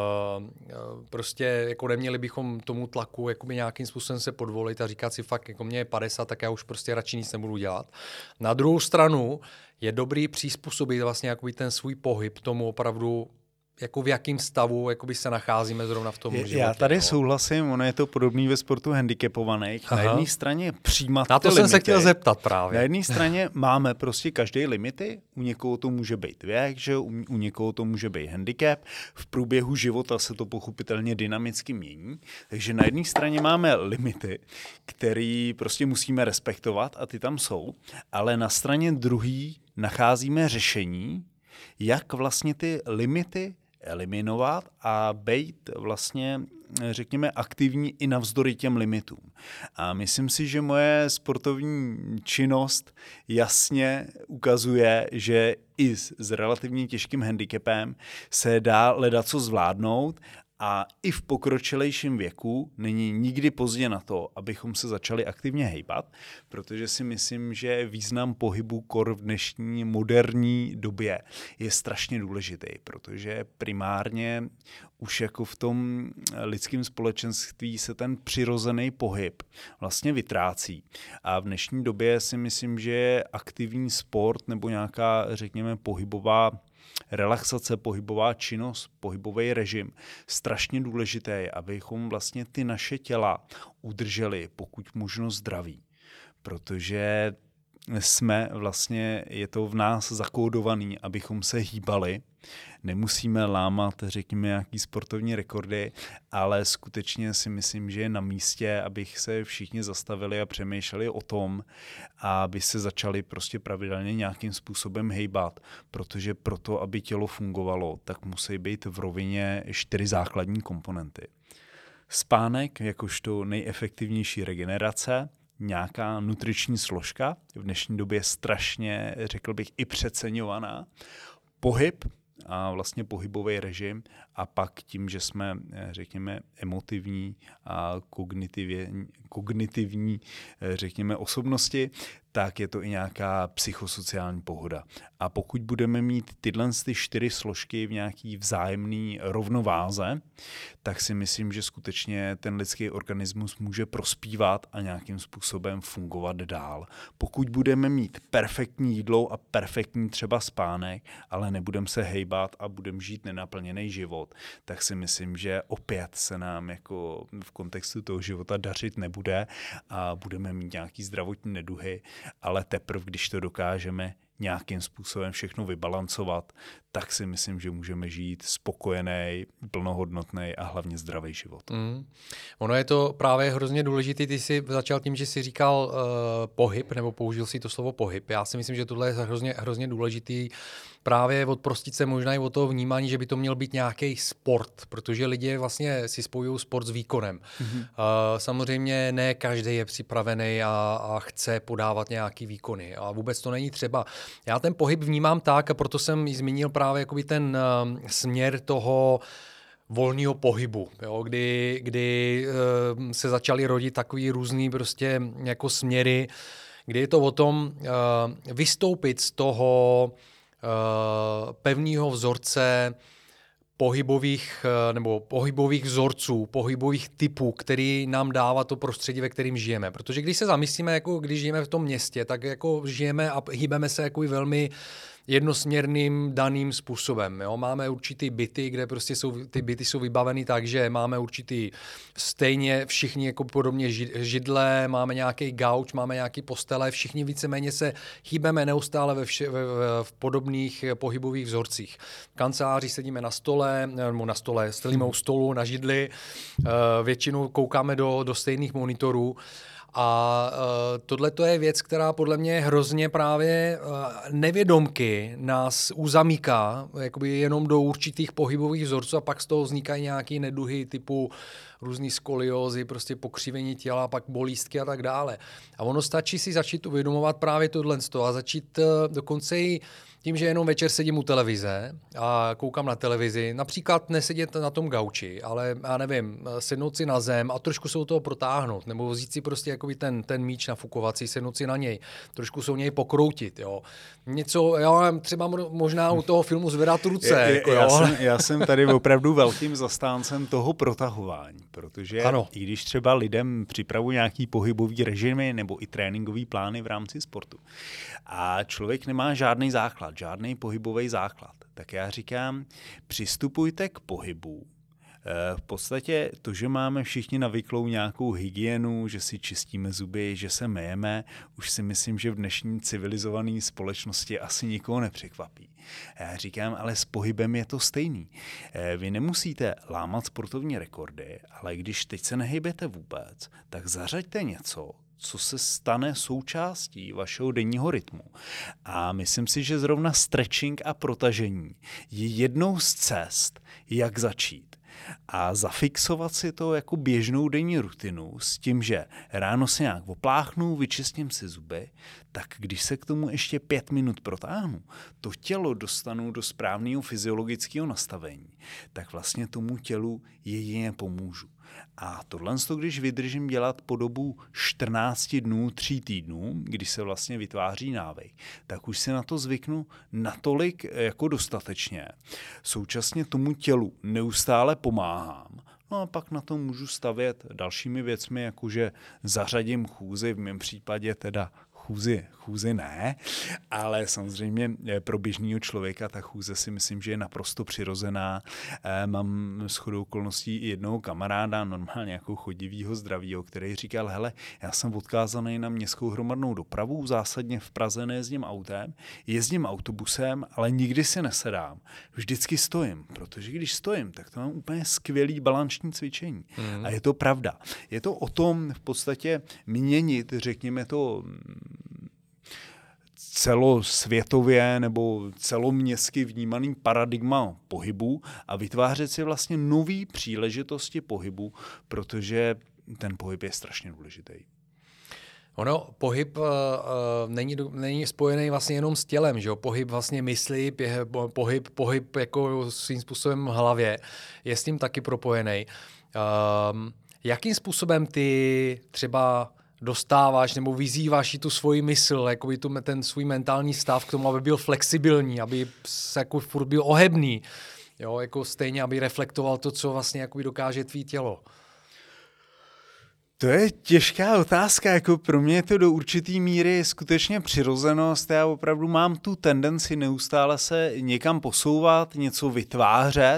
prostě jako neměli bychom tomu tlaku jakoby nějakým způsobem se podvolit a říkat si fakt, jako mě je padesát, tak já už prostě radši nic nebudu dělat. Na druhou stranu je dobrý přizpůsobit vlastně jakoby ten svůj pohyb tomu opravdu, jako v jakém stavu jakoby se nacházíme zrovna v tom životě. Já tady no. souhlasím, ono je to podobný ve sportu handicapovaných. Aha. Na jedné straně přijímat Na to ty jsem limity. se chtěl zeptat právě. Na jedné straně máme prostě každý limity, u někoho to může být věk, že u, u někoho to může být handicap. V průběhu života se to pochopitelně dynamicky mění, takže na jedné straně máme limity, které prostě musíme respektovat a ty tam jsou, ale na straně druhé nacházíme řešení, jak vlastně ty limity eliminovat a být vlastně řekněme, aktivní i navzdory těm limitům. A myslím si, že moje sportovní činnost jasně ukazuje, že i s, s relativně těžkým handicapem se dá ledacos zvládnout a i v pokročilejším věku není nikdy pozdě na to, abychom se začali aktivně hejbat, protože si myslím, že význam pohybu kor v dnešní moderní době je strašně důležitý, protože primárně už jako v tom lidském společenství se ten přirozený pohyb vlastně vytrácí. A v dnešní době si myslím, že je aktivní sport nebo nějaká, řekněme, pohybová relaxace, pohybová činnost, pohybový režim, strašně důležité, abychom vlastně ty naše těla udrželi pokud možno zdraví. Protože jsme vlastně, je to v nás zakódovaný, abychom se hýbali. Nemusíme lámat, řekněme, nějaký sportovní rekordy, ale skutečně si myslím, že je na místě, abych se všichni zastavili a přemýšleli o tom, aby se začali prostě pravidelně nějakým způsobem hejbat, protože proto, aby tělo fungovalo, tak musí být v rovině čtyři základní komponenty. Spánek, jakožto nejefektivnější regenerace, nějaká nutriční složka, v dnešní době strašně, řekl bych, i přeceňovaná, pohyb a vlastně pohybový režim a pak tím, že jsme, řekněme, emotivní a kognitivní, kognitivní, řekněme, osobnosti, tak je to i nějaká psychosociální pohoda. A pokud budeme mít tyhle ty čtyři složky v nějaký vzájemný rovnováze, tak si myslím, že skutečně ten lidský organismus může prospívat a nějakým způsobem fungovat dál. Pokud budeme mít perfektní jídlo a perfektní třeba spánek, ale nebudeme se hejbat a budeme žít nenaplněný život, tak si myslím, že opět se nám jako v kontextu toho života dařit nebude a budeme mít nějaký zdravotní neduhy, ale teprve, když to dokážeme nějakým způsobem všechno vybalancovat, tak si myslím, že můžeme žít spokojený, plnohodnotný a hlavně zdravý život. Mm. Ono je to právě hrozně důležité. Ty jsi začal tím, že jsi říkal uh, pohyb, nebo použil si to slovo pohyb. Já si myslím, že tohle je hrozně, hrozně důležitý právě odprostit se možná i od toho vnímání, že by to měl být nějaký sport, protože lidi vlastně si spojují sport s výkonem. Mm-hmm. Uh, samozřejmě ne každý je připravený a, a chce podávat nějaký výkony a vůbec to není třeba. Já ten pohyb vnímám tak, a proto jsem i zmínil právě jakoby ten uh, směr toho volného pohybu, jo, kdy, kdy uh, se začaly rodit takový různý prostě jako směry, kdy je to o tom uh, vystoupit z toho uh, pevného vzorce pohybových nebo pohybových vzorců, pohybových typů, který nám dává to prostředí, ve kterém žijeme. Protože když se zamyslíme, jako když žijeme v tom městě, tak jako žijeme a hýbeme se jako velmi jednosměrným daným způsobem. Jo? Máme určitý byty, kde prostě jsou, ty byty jsou vybaveny tak, že máme určitý stejně všichni jako podobně židle, máme nějaký gauč, máme nějaký postele, všichni víceméně se hýbeme neustále ve vše, ve, v podobných pohybových vzorcích. V kanceláři sedíme na stole, nebo na stole, stelíme u stolu, na židli, většinou koukáme do, do stejných monitorů. A uh, tohle to je věc, která podle mě hrozně právě uh, nevědomky nás uzamíká jakoby jenom do určitých pohybových vzorců a pak z toho vznikají nějaké neduhy typu různý skoliózy, prostě pokřivení těla, pak bolístky a tak dále. A ono stačí si začít uvědomovat právě tohle a začít uh, dokonce i tím, že jenom večer sedím u televize a koukám na televizi, například nesedět na tom gauči, ale já nevím, sednout si na zem a trošku se u toho protáhnout, nebo vzít si prostě jakoby ten, ten míč nafukovací, sednout si na něj, trošku se u něj pokroutit, jo. Něco, já třeba možná u toho filmu zvedat ruce. Je, je, jako, já, jo. jsem, já jsem tady opravdu velkým zastáncem toho protahování, protože ano. I když třeba lidem připravují nějaký pohybový režimy nebo i tréninkový plány v rámci sportu a člověk nemá žádný základ, žádný pohybový základ, tak já říkám, přistupujte k pohybu. V podstatě to, že máme všichni navyklou nějakou hygienu, že si čistíme zuby, že se myjeme, už si myslím, že v dnešní civilizované společnosti asi nikoho nepřekvapí. Já říkám, ale s pohybem je to stejný. Vy nemusíte lámat sportovní rekordy, ale když teď se nehybete vůbec, tak zařaďte něco, co se stane součástí vašeho denního rytmu. A myslím si, že zrovna stretching a protažení je jednou z cest, jak začít. a zafixovat si to jako běžnou denní rutinu s tím, že ráno se nějak opláchnu, vyčistím si zuby, tak když se k tomu ještě pět minut protáhnu, to tělo dostanu do správného fyziologického nastavení, tak vlastně tomu tělu jedině pomůžu. A tohle, když vydržím dělat po dobu čtrnáct dnů, tří týdnů, když se vlastně vytváří návyk, tak už si na to zvyknu natolik jako dostatečně. Současně tomu tělu neustále pomáhám. No a pak na to můžu stavět dalšími věcmi, jakože zařadím chůzi, v mém případě teda chůzi, chůzi ne, ale samozřejmě pro běžného člověka ta chůze si myslím, že je naprosto přirozená. Mám shodou okolností i jednoho kamaráda, normálně jako chodivýho zdravýho, který říkal, hele, já jsem odkázaný na městskou hromadnou dopravu, zásadně v Praze nejezdím autem, jezdím autobusem, ale nikdy si nesedám. Vždycky stojím, protože když stojím, tak to mám úplně skvělý balanční cvičení. Mm. A je to pravda. Je to o tom v podstatě měnit, řekněme to, celosvětově nebo celoměstsky vnímaný paradigma pohybu a vytvářet si vlastně nový příležitosti pohybu, protože ten pohyb je strašně důležitý. Ono, pohyb uh, není, není spojený vlastně jenom s tělem, že jo? Pohyb vlastně myslí, pohyb, pohyb jako svým způsobem v hlavě je s tím taky propojený. Um, jakým způsobem ty třeba dostáváš nebo vyzýváš i tu svoji mysl, jakoby tu, ten svůj mentální stav k tomu, aby byl flexibilní, aby se jako furt byl ohebný, jo, jako stejně, aby reflektoval to, co vlastně jakoby dokáže tvý tělo. To je těžká otázka, jako pro mě je to do určitý míry skutečně přirozenost. Já opravdu mám tu tendenci neustále se někam posouvat, něco vytvářet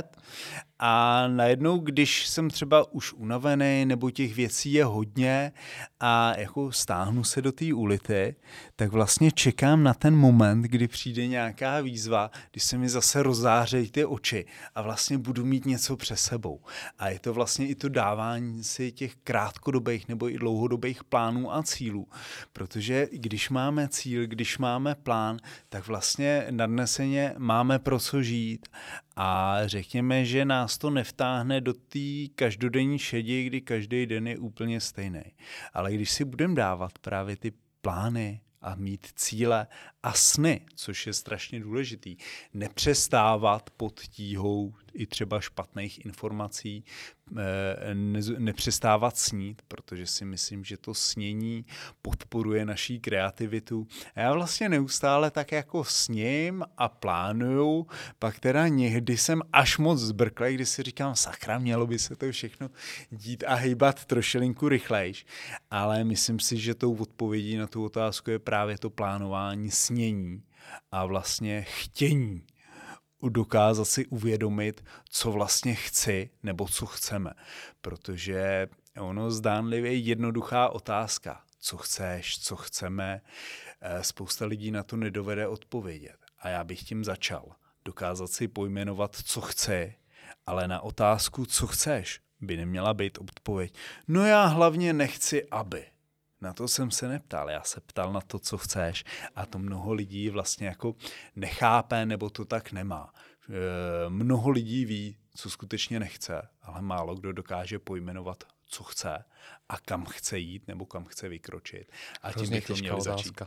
a najednou, když jsem třeba už unavený nebo těch věcí je hodně a jako stáhnu se do té ulity, tak vlastně čekám na ten moment, kdy přijde nějaká výzva, když se mi zase rozářejí ty oči a vlastně budu mít něco před sebou. A je to vlastně i to dávání si těch krátkodobých nebo i dlouhodobých plánů a cílů. Protože když máme cíl, když máme plán, tak vlastně nadneseně máme pro co žít. A řekněme, že nás to nevtáhne do té každodenní šedi, kdy každý den je úplně stejný. Ale když si budeme dávat právě ty plány a mít cíle a sny, což je strašně důležitý, nepřestávat pod tíhou i třeba špatných informací, ne, nepřestávat snít, protože si myslím, že to snění podporuje naší kreativitu. A já vlastně neustále tak jako sním a plánuju, pak teda někdy jsem až moc zbrklej, kdy si říkám, sakra, mělo by se to všechno dít a hejbat trošilinku rychlejš. Ale myslím si, že tou odpovědí na tu otázku je právě to plánování, snění a vlastně chtění. Dokázat si uvědomit, co vlastně chci nebo co chceme. Protože ono zdánlivě je jednoduchá otázka. Co chceš, co chceme, spousta lidí na to nedovede odpovědět. A já bych tím začal. Dokázat si pojmenovat, co chci, ale na otázku, co chceš, by neměla být odpověď. No já hlavně nechci, aby. Na to jsem se neptal, já se ptal na to, co chceš a to mnoho lidí vlastně jako nechápe nebo to tak nemá. E, mnoho lidí ví, co skutečně nechce, ale málo kdo dokáže pojmenovat, co chce a kam chce jít nebo kam chce vykročit. A tím bychom měli začít.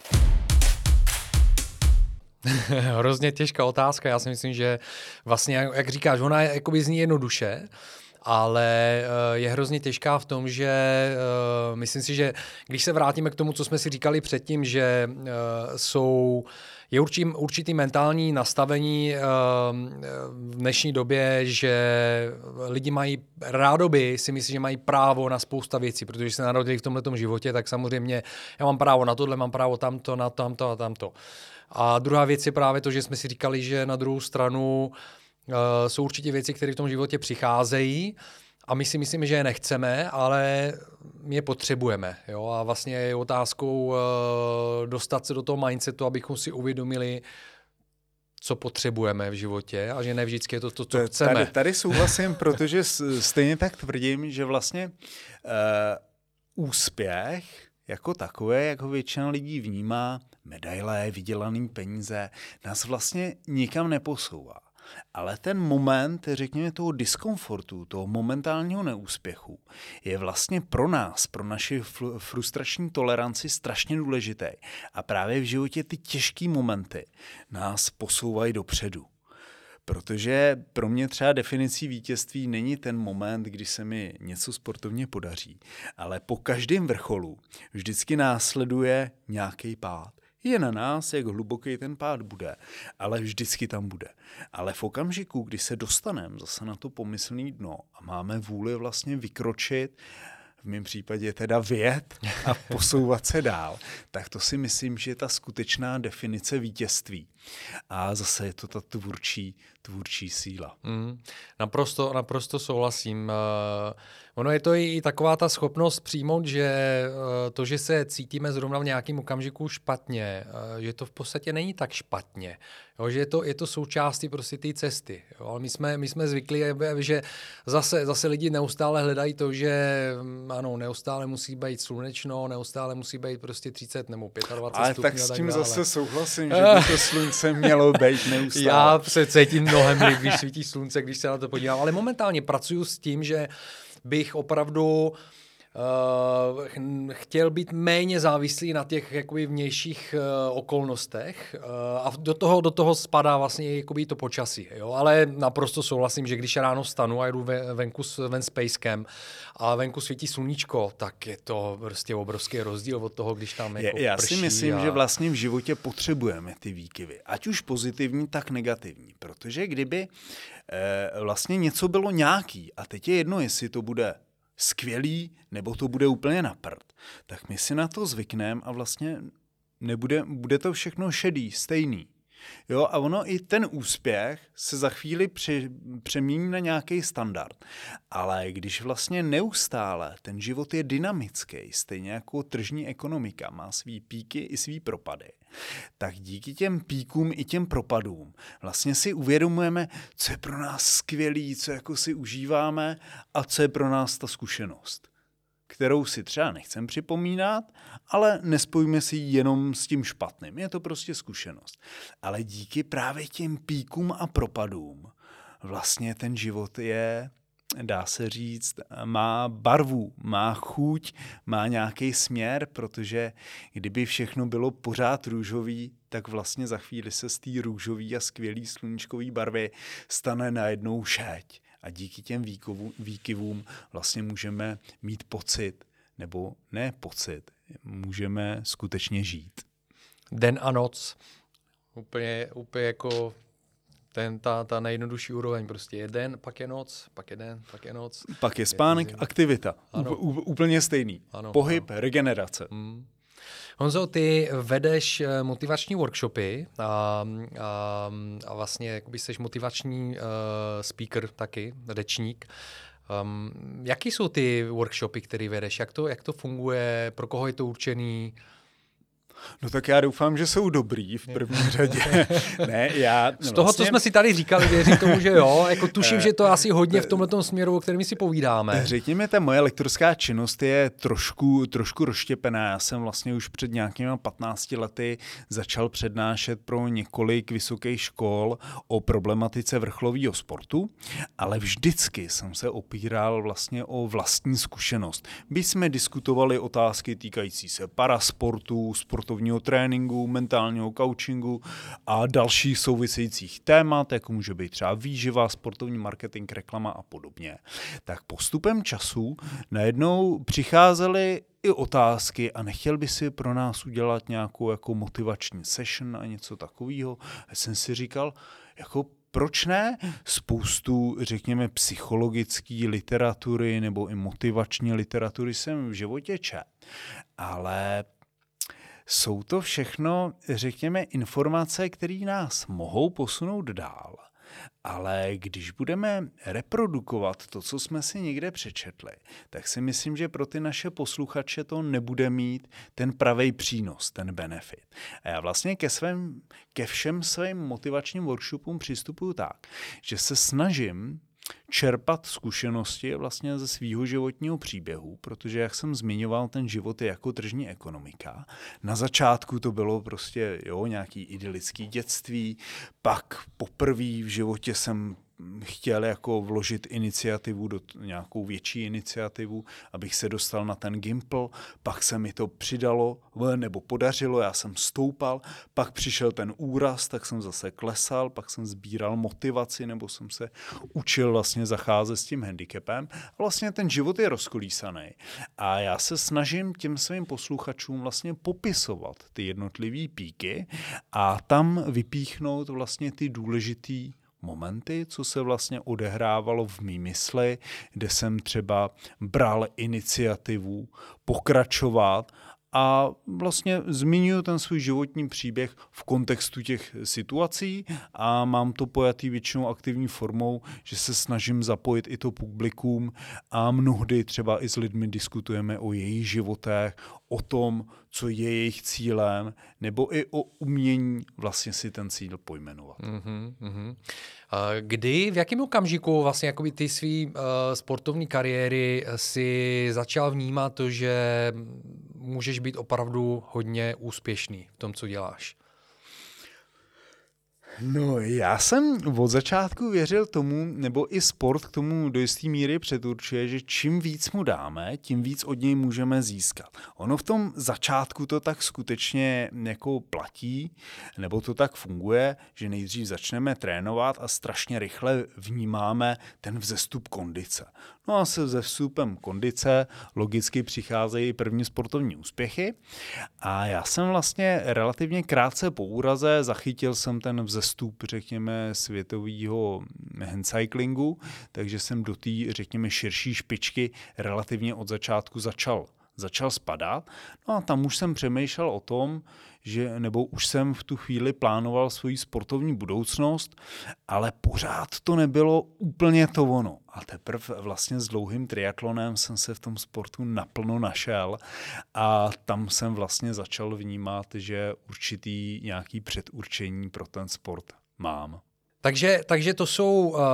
Hrozně těžká otázka, já si myslím, že vlastně, jak říkáš, ona je, jakoby zní jednoduše, ale je hrozně těžká v tom, že uh, myslím si, že když se vrátíme k tomu, co jsme si říkali předtím, že uh, jsou, je určitý, určitý mentální nastavení uh, v dnešní době, že lidi mají rádoby, si myslí, že mají právo na spousta věcí, protože se narodili v tomhletom životě, tak samozřejmě já mám právo na tohle, mám právo tamto, na tamto a tamto. A druhá věc je právě to, že jsme si říkali, že na druhou stranu Uh, jsou určitě věci, které v tom životě přicházejí a my si myslíme, že je nechceme, ale my je potřebujeme. Jo? A vlastně je otázkou uh, dostat se do toho mindsetu, abychom si uvědomili, co potřebujeme v životě a že ne vždycky je to to, co to, chceme. Tady, tady souhlasím, protože stejně tak tvrdím, že vlastně uh, úspěch jako takové, jak ho většina lidí vnímá, medaile, vydělaný peníze, nás vlastně nikam neposouvá. Ale ten moment, řekněme, toho diskomfortu, toho momentálního neúspěchu, je vlastně pro nás, pro naši fl- frustrační toleranci strašně důležitý. A právě v životě ty těžké momenty nás posouvají dopředu. Protože pro mě třeba definicí vítězství není ten moment, kdy se mi něco sportovně podaří, ale po každém vrcholu vždycky následuje nějaký pád. Je na nás, jak hluboký ten pád bude, ale vždycky tam bude. Ale v okamžiku, kdy se dostaneme zase na to pomyslné dno a máme vůli vlastně vykročit, v mém případě teda vyjet a posouvat se dál, tak to si myslím, že je ta skutečná definice vítězství. A zase je to ta tvůrčí, tvůrčí síla. Mm, naprosto, naprosto souhlasím. Uh, ono je to i taková ta schopnost přijmout, že uh, to, že se cítíme zrovna v nějakém okamžiku špatně, uh, že to v podstatě není tak špatně. Jo, že je to, je to součástí prostě té cesty. Jo. My jsme, my jsme zvyklí, že zase, zase lidi neustále hledají to, že ano, neustále musí být slunečno, neustále musí být prostě třicet nebo dvacet pět stupňů. Ale tak s tím tak zase souhlasím, že by to slunce mělo být neustále. Já se cítím mnohem líp, když svítí slunce, když se na to podívám. Ale momentálně pracuji s tím, že bych opravdu Uh, chtěl být méně závislý na těch jakoby vnějších uh, okolnostech uh, a do toho, do toho spadá vlastně jakoby to počasí. Jo? Ale naprosto souhlasím, že když ráno vstanu a jdu venku ven s pejskem a venku svítí sluníčko, tak je to prostě obrovský rozdíl od toho, když tam jako Já si prší myslím, a... že vlastně v životě potřebujeme ty výkyvy, ať už pozitivní, tak negativní, protože kdyby eh, vlastně něco bylo nějaký a teď je jedno, jestli to bude skvělý, nebo to bude úplně na prd, tak my si na to zvykneme a vlastně nebude, bude to všechno šedý, stejný. Jo, a ono i ten úspěch se za chvíli při, přemění na nějaký standard. Ale když vlastně neustále ten život je dynamický, stejně jako tržní ekonomika má svý píky i svý propady, tak díky těm píkům i těm propadům vlastně si uvědomujeme, co je pro nás skvělý, co jako si užíváme a co je pro nás ta zkušenost, kterou si třeba nechcem připomínat, ale nespojíme si ji jenom s tím špatným. Je to prostě zkušenost. Ale díky právě těm píkům a propadům vlastně ten život je, dá se říct, má barvu, má chuť, má nějaký směr, protože kdyby všechno bylo pořád růžový, tak vlastně za chvíli se z té růžový a skvělý sluníčkový barvy stane najednou šeď. A díky těm výkyvům vlastně můžeme mít pocit, nebo ne pocit, můžeme skutečně žít. Den a noc. Úplně, úplně jako ten, ta, ta nejjednodušší úroveň. Prostě je den, pak je noc, pak je den, pak je noc. Pak je spánek, je aktivita. Ano. Ú, úplně stejný. Ano, Pohyb, ano. regenerace. Hmm. Honzo, ty vedeš motivační workshopy a, a, a vlastně jakoby jsi motivační uh, speaker taky, řečník. Um, jaký jsou ty workshopy, které vedeš? Jak to, jak to funguje? Pro koho je to určený? No tak já doufám, že jsou dobrý v první řadě. Ne, já, Z toho, vlastně... co jsme si tady říkali, věřím tomu, že jo. Jako tuším, že to je asi hodně v tomhletom směru, o kterém si povídáme. Řekněme, ta moje lektorská činnost je trošku, trošku rozštěpená. Já jsem vlastně už před nějakými patnácti lety začal přednášet pro několik vysokých škol o problematice vrcholového sportu, ale vždycky jsem se opíral vlastně o vlastní zkušenost. By jsme diskutovali otázky týkající se parasportu, sportovního tréninku, mentálního coachingu a dalších souvisejících témat, jako může být třeba výživa, sportovní marketing, reklama a podobně. Tak postupem času najednou přicházely i otázky a nechtěl by si pro nás udělat nějakou jako motivační session a něco takového. Já jsem si říkal, jako proč ne? Spoustu, řekněme, psychologické literatury nebo i motivační literatury jsem v životě čet. Ale jsou to všechno, řekněme, informace, které nás mohou posunout dál. Ale když budeme reprodukovat to, co jsme si někde přečetli, tak si myslím, že pro ty naše posluchače to nebude mít ten pravý přínos, ten benefit. A já vlastně ke, svém, ke všem svým motivačním workshopům přistupuju tak, že se snažím čerpat zkušenosti vlastně ze svýho životního příběhu, protože jak jsem zmiňoval, ten život je jako tržní ekonomika. Na začátku to bylo prostě jo, nějaký idylický dětství, pak poprvé v životě jsem chtěl jako vložit iniciativu do nějakou větší iniciativu, abych se dostal na ten Gimpl, pak se mi to přidalo nebo podařilo, já jsem stoupal, pak přišel ten úraz, tak jsem zase klesal, pak jsem sbíral motivaci nebo jsem se učil vlastně zacházet s tím handicapem. A vlastně ten život je rozkolísaný. A já se snažím těm svým posluchačům vlastně popisovat ty jednotlivý píky a tam vypíchnout vlastně ty důležitý momenty, co se vlastně odehrávalo v mý mysli, kde jsem třeba bral iniciativu pokračovat a vlastně zmiňuji ten svůj životní příběh v kontextu těch situací a mám to pojatý většinou aktivní formou, že se snažím zapojit i to publikum a mnohdy třeba i s lidmi diskutujeme o jejich životech, o tom, co je jejich cílem, nebo i o umění vlastně si ten cíl pojmenovat. Mm-hmm, mm-hmm. Kdy, v jakém okamžiku vlastně jakoby ty svý uh, sportovní kariéry si začal vnímat to, že můžeš být opravdu hodně úspěšný v tom, co děláš? No, já jsem od začátku věřil tomu, nebo i sport k tomu do jisté míry předurčuje, že čím víc mu dáme, tím víc od něj můžeme získat. Ono v tom začátku to tak skutečně jako platí, nebo to tak funguje, že nejdřív začneme trénovat a strašně rychle vnímáme ten vzestup kondice. No a se vzestupem kondice logicky přicházejí první sportovní úspěchy a já jsem vlastně relativně krátce po úraze zachytil jsem ten vzestup, řekněme, světového handcyclingu, takže jsem do té, řekněme, širší špičky relativně od začátku začal začal spadat. No a tam už jsem přemýšlel o tom, že, nebo už jsem v tu chvíli plánoval svoji sportovní budoucnost, ale pořád to nebylo úplně to ono. A teprve vlastně s dlouhým triatlonem jsem se v tom sportu naplno našel a tam jsem vlastně začal vnímat, že určitý nějaký předurčení pro ten sport mám. Takže, takže to jsou, uh,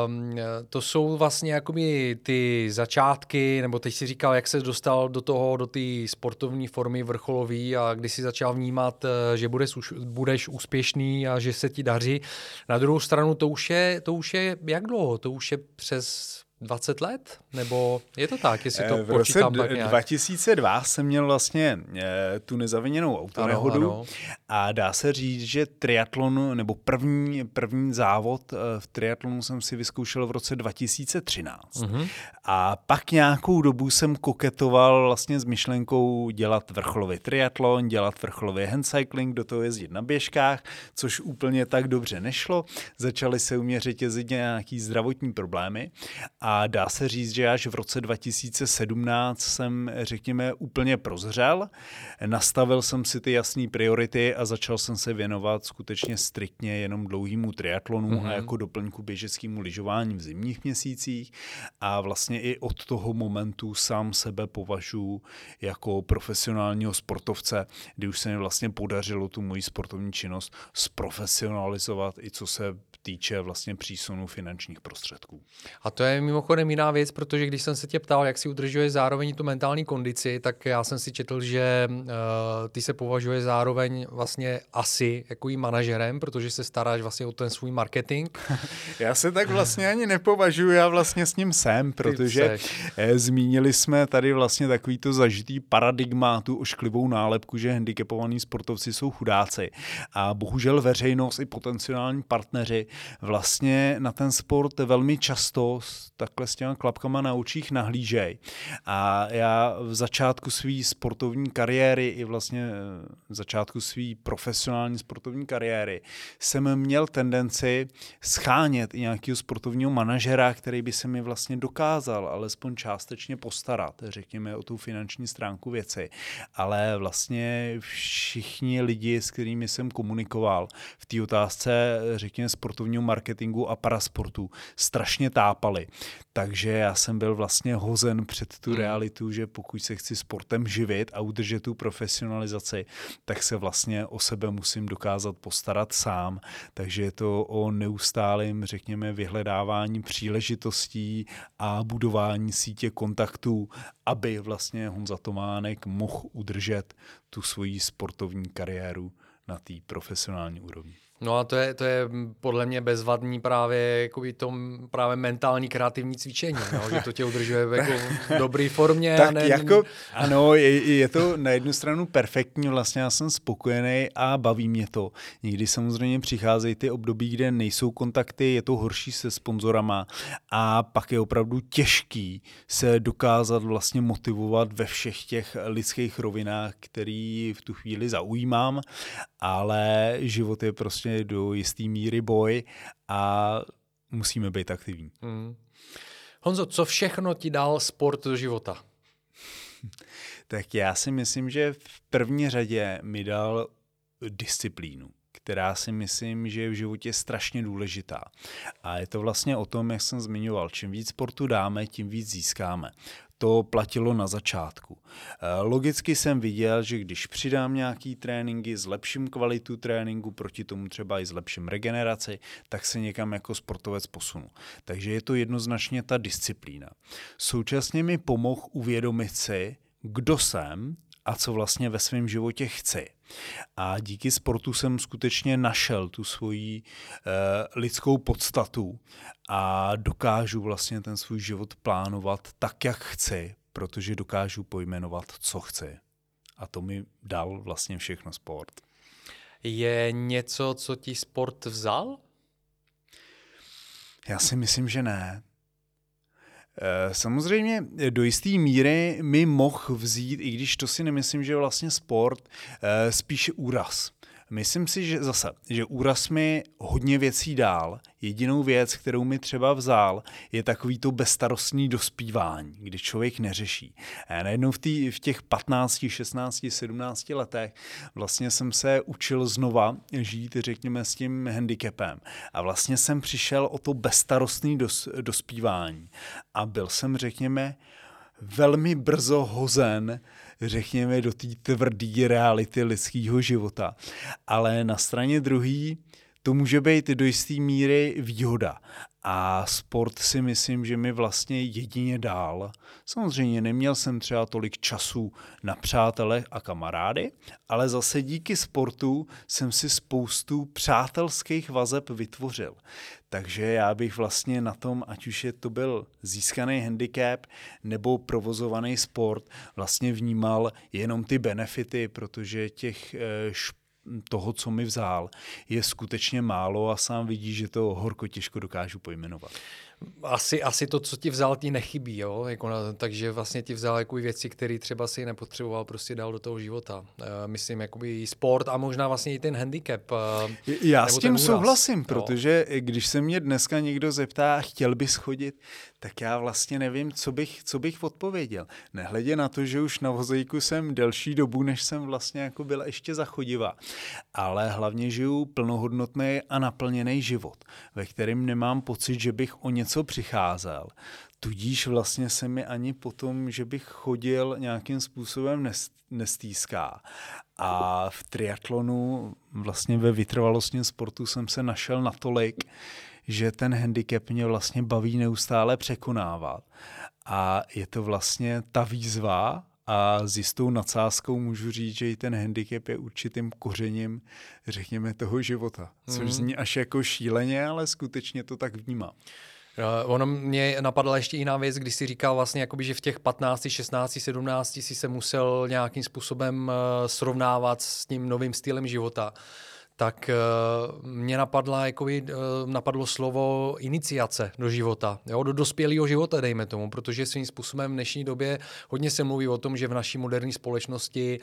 to jsou vlastně jakoby ty začátky, nebo teď si říkal, jak se dostal do toho, do té sportovní formy vrcholový a kdy si začal vnímat, že budeš, budeš úspěšný a že se ti daří. Na druhou stranu to už je, to už je jak dlouho? To už je přes dvacet let? Nebo je to tak, jestli to v počítám roce tak nějak? dva tisíce dva jsem měl vlastně e, tu nezaviněnou autonehodu ano, ano. A dá se říct, že triatlon, nebo první, první závod e, v triatlonu jsem si vyzkoušel v roce dva tisíce třináct. Uh-huh. A pak nějakou dobu jsem koketoval vlastně s myšlenkou dělat vrcholový triatlon, dělat vrcholový handcycling, do toho jezdit na běžkách, což úplně tak dobře nešlo. Začaly se u mě řetězit nějaký zdravotní problémy. A dá se říct, že až v roce dva tisíce sedmnáct jsem, řekněme, úplně prozřel. Nastavil jsem si ty jasné priority a začal jsem se věnovat skutečně striktně jenom dlouhému triatlonu mm-hmm. a jako doplňku běžeckému lyžování v zimních měsících. A vlastně i od toho momentu sám sebe považuji jako profesionálního sportovce, kdy už se mi vlastně podařilo tu moji sportovní činnost zprofesionalizovat i co se týče vlastně přísunu finančních prostředků. A to je mimochodem jiná věc, protože když jsem se tě ptal, jak si udržuješ zároveň tu mentální kondici, tak já jsem si četl, že uh, ty se považuješ zároveň vlastně asi jako i manažerem, protože se staráš vlastně o ten svůj marketing. Já se tak vlastně ani nepovažuji, já vlastně s ním jsem, protože zmínili jsme tady vlastně takovýto zažitý paradigma, tu ošklivou nálepku, že handicapovaní sportovci jsou chudáci. A bohužel veřejnost i potenciální partneři vlastně na ten sport velmi často takhle s těma klapkama na očích nahlížej. A já v začátku své sportovní kariéry i vlastně v začátku své profesionální sportovní kariéry jsem měl tendenci schánět i nějakého sportovního manažera, který by se mi vlastně dokázal alespoň částečně postarat, řekněme, o tu finanční stránku věci. Ale vlastně všichni lidi, s kterými jsem komunikoval v té otázce, řekněme, sportovního marketingu a parasportu, strašně tápali. Takže já jsem byl vlastně hozen před tu realitu, že pokud se chci sportem živit a udržet tu profesionalizaci, tak se vlastně o sebe musím dokázat postarat sám. Takže je to o neustálém, řekněme, vyhledávání příležitostí a budování sítě kontaktů, aby vlastně Honza Tománek mohl udržet tu svoji sportovní kariéru na té profesionální úrovni. No a to je, to je podle mě bezvadný právě jakoby to právě mentální kreativní cvičení, no, že to tě udržuje jako v dobré formě. Tak a ne... jako, ano, je, je to na jednu stranu perfektní, vlastně já jsem spokojený a baví mě to. Někdy samozřejmě přicházejí ty období, kde nejsou kontakty, je to horší se sponzorama a pak je opravdu těžký se dokázat vlastně motivovat ve všech těch lidských rovinách, který v tu chvíli zaujímám, ale život je prostě do jistý míry boj a musíme být aktivní. Hmm. Honzo, co všechno ti dal sport do života? Tak já si myslím, že v první řadě mi dal disciplínu, která si myslím, že je v životě strašně důležitá. A je to vlastně o tom, jak jsem zmiňoval, čím víc sportu dáme, tím víc získáme. To platilo na začátku. Logicky jsem viděl, že když přidám nějaký tréninky, zlepším kvalitu tréninku, proti tomu třeba i zlepším regeneraci, tak se někam jako sportovec posunu. Takže je to jednoznačně ta disciplína. Současně mi pomohl uvědomit si, kdo jsem a co vlastně ve svém životě chci. A díky sportu jsem skutečně našel tu svoji eh, lidskou podstatu a dokážu vlastně ten svůj život plánovat tak, jak chci, protože dokážu pojmenovat, co chci. A to mi dal vlastně všechno sport. Je něco, co ti sport vzal? Já si myslím, že ne. Samozřejmě do jisté míry mi mohl vzít, i když to si nemyslím, že je vlastně sport, spíše úraz. Myslím si, že zase, že úraz mi hodně věcí dál. Jedinou věc, kterou mi třeba vzal, je takový to bezstarostný dospívání, kdy člověk neřeší. A najednou v, tý, v těch patnácti, šestnácti, sedmnácti letech vlastně jsem se učil znova žít, řekněme, s tím handicapem. A vlastně jsem přišel o to bezstarostný dos, dospívání. A byl jsem, řekněme, velmi brzo hozen, řekněme, do té tvrdé reality lidského života. Ale na straně druhé to může být do jisté míry výhoda. A sport si myslím, že mi vlastně jedině dál. Samozřejmě neměl jsem třeba tolik času na přátele a kamarády, ale zase díky sportu jsem si spoustu přátelských vazeb vytvořil. Takže já bych vlastně na tom, ať už je to byl získaný handicap nebo provozovaný sport, vlastně vnímal jenom ty benefity, protože těch šp- toho, co mi vzal, je skutečně málo a sám vidí, že to horko těžko dokážu pojmenovat. Asi, asi to, co ti vzal, ti nechybí, jo? Jako na, takže vlastně ti vzal jako věci, které třeba si nepotřeboval, prostě dal do toho života. E, myslím, jakoby sport a možná vlastně i ten handicap. E, Já s tím souhlasím, jo? Protože když se mě dneska někdo zeptá, chtěl bys chodit, tak já vlastně nevím, co bych, co bych odpověděl. Nehledě na to, že už na vozejku jsem delší dobu, než jsem vlastně jako byl ještě zachodivá. Ale hlavně žiju plnohodnotný a naplněný život, ve kterém nemám pocit, že bych o něco přicházel. Tudíž vlastně se mi ani potom, že bych chodil nějakým způsobem nestýská. A v triatlonu, vlastně ve vytrvalostním sportu jsem se našel natolik, že ten handicap mě vlastně baví neustále překonávat. A je to vlastně ta výzva a s jistou nadsázkou můžu říct, že i ten handicap je určitým kořením, řekněme, toho života. Což mm. zní až jako šíleně, ale skutečně to tak vnímám. No, ono mě napadla ještě jiná věc, když jsi říkal vlastně, jakoby, že v těch patnácti, šestnácti, sedmnácti si se musel nějakým způsobem srovnávat s tím novým stylem života. Tak uh, mě napadla, jakoby, uh, napadlo slovo iniciace do života, jo, do dospělého života, dejme tomu, protože svým způsobem v dnešní době hodně se mluví o tom, že v naší moderní společnosti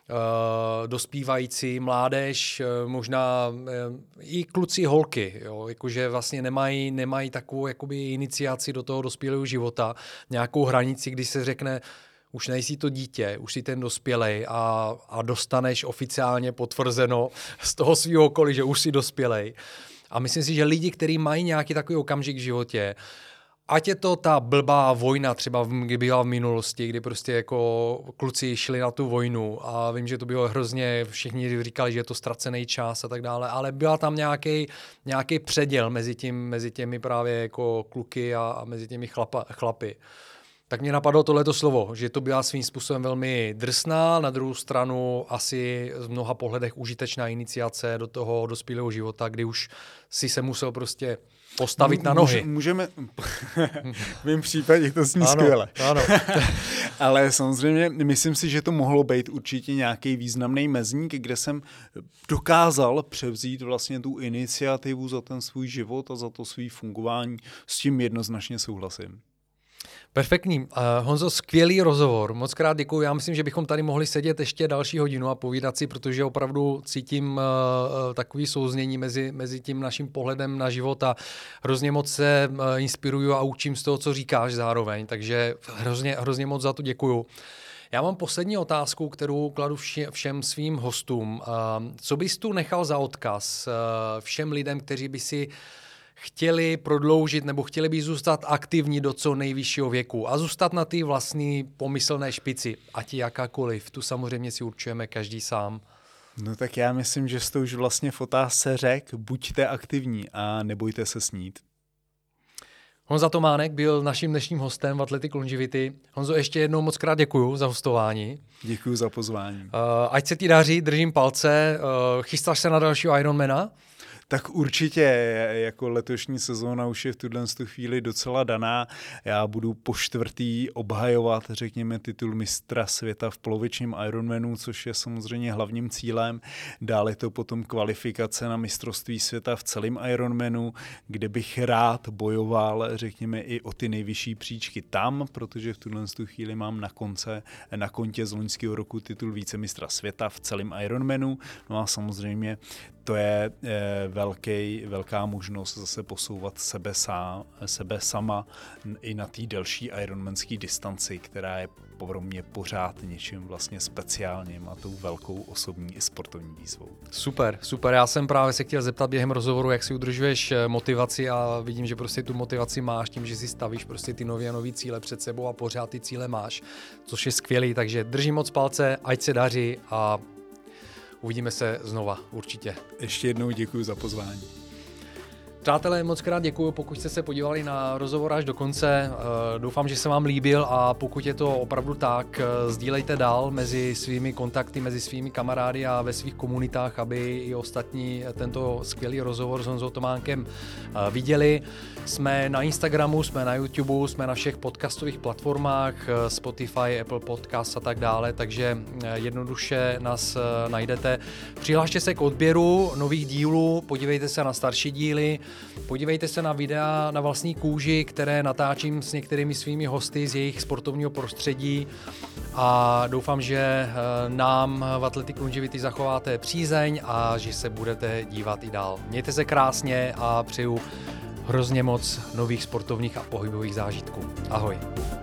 uh, dospívající mládež, uh, možná uh, i kluci, holky, jo, jakože vlastně nemají, nemají takovou jakoby iniciaci do toho dospělého života, nějakou hranici, kdy se řekne, už nejsi to dítě, už jsi ten dospělej a, a dostaneš oficiálně potvrzeno z toho svého okolí, že už jsi dospělej. A myslím si, že lidi, kteří mají nějaký takový okamžik v životě ať je to ta blbá vojna třeba, kdy byla v minulosti, kdy prostě jako kluci šli na tu vojnu a vím, že to bylo hrozně, všichni říkali, že je to ztracený čas a tak dále, ale byla tam nějaký nějaký předěl mezi, tím, mezi těmi právě jako kluky a, a mezi těmi chlapa, chlapy. Tak mě napadlo tohleto slovo, že to byla svým způsobem velmi drsná, na druhou stranu asi v mnoha pohledech užitečná iniciace do toho dospělého života, kdy už si se musel prostě postavit na nohy. Můžeme, v mém případě to zní ano, skvěle. Ano. Ale samozřejmě myslím si, že to mohlo být určitě nějaký významný mezník, kde jsem dokázal převzít vlastně tu iniciativu za ten svůj život a za to svý fungování. S tím jednoznačně souhlasím. Perfektní. Uh, Honzo, skvělý rozhovor. Moc krát děkuji. Já myslím, že bychom tady mohli sedět ještě další hodinu a povídat si, protože opravdu cítím uh, takový souznění mezi, mezi tím naším pohledem na život a hrozně moc se uh, inspiruju a učím z toho, co říkáš zároveň. Takže hrozně, hrozně moc za to děkuju. Já mám poslední otázku, kterou kladu vše, všem svým hostům. Uh, co bys tu nechal za odkaz uh, všem lidem, kteří by si chtěli prodloužit nebo chtěli by zůstat aktivní do co nejvyššího věku a zůstat na té vlastní pomyslné špici, ať jakákoliv. Tu samozřejmě si určujeme každý sám. No tak já myslím, že jsi to už vlastně v otázce řekl, buďte aktivní a nebojte se snít. Honza Tománek byl naším dnešním hostem v Athletic Longevity. Honzo, ještě jednou moc krát děkuju za hostování. Děkuju za pozvání. Uh, ať se ti daří, držím palce. Uh, chystáš se na dalšího Ironmana? Tak určitě, jako letošní sezóna už je v tuhle chvíli docela daná. Já budu po čtvrtý obhajovat, řekněme, titul mistra světa v polovičním Ironmanu, což je samozřejmě hlavním cílem. Dále to potom kvalifikace na mistrovství světa v celém Ironmanu, kde bych rád bojoval, řekněme, i o ty nejvyšší příčky tam, protože v tuhle chvíli mám na konce, na kontě z loňského roku titul vícemistra světa v celém Ironmanu. No a samozřejmě to je eh, velký, velká možnost zase posouvat sebe, sám, sebe sama i na té delší ironmanské distanci, která je pro mě pořád něčím vlastně speciálním a tou velkou osobní i sportovní výzvou. Super, super. Já jsem právě se chtěl zeptat během rozhovoru, jak si udržuješ motivaci a vidím, že prostě tu motivaci máš tím, že si stavíš prostě ty nový a nový cíle před sebou a pořád ty cíle máš, což je skvělý, takže držím moc palce, ať se daří a uvidíme se znova, určitě. Ještě jednou děkuji za pozvání. Přátelé, moc krát děkuji, pokud jste se podívali na rozhovor až do konce. Doufám, že se vám líbil a pokud je to opravdu tak, sdílejte dál mezi svými kontakty, mezi svými kamarády a ve svých komunitách, aby i ostatní tento skvělý rozhovor s Honzou Tománkem viděli. Jsme na Instagramu, jsme na YouTube, jsme na všech podcastových platformách, Spotify, Apple Podcast a tak dále, takže jednoduše nás najdete. Přihlašte se k odběru nových dílů, podívejte se na starší díly, podívejte se na videa na vlastní kůži, které natáčím s některými svými hosty z jejich sportovního prostředí a doufám, že nám v Athletic Longevity zachováte přízeň a že se budete dívat i dál. Mějte se krásně a přeju hrozně moc nových sportovních a pohybových zážitků. Ahoj.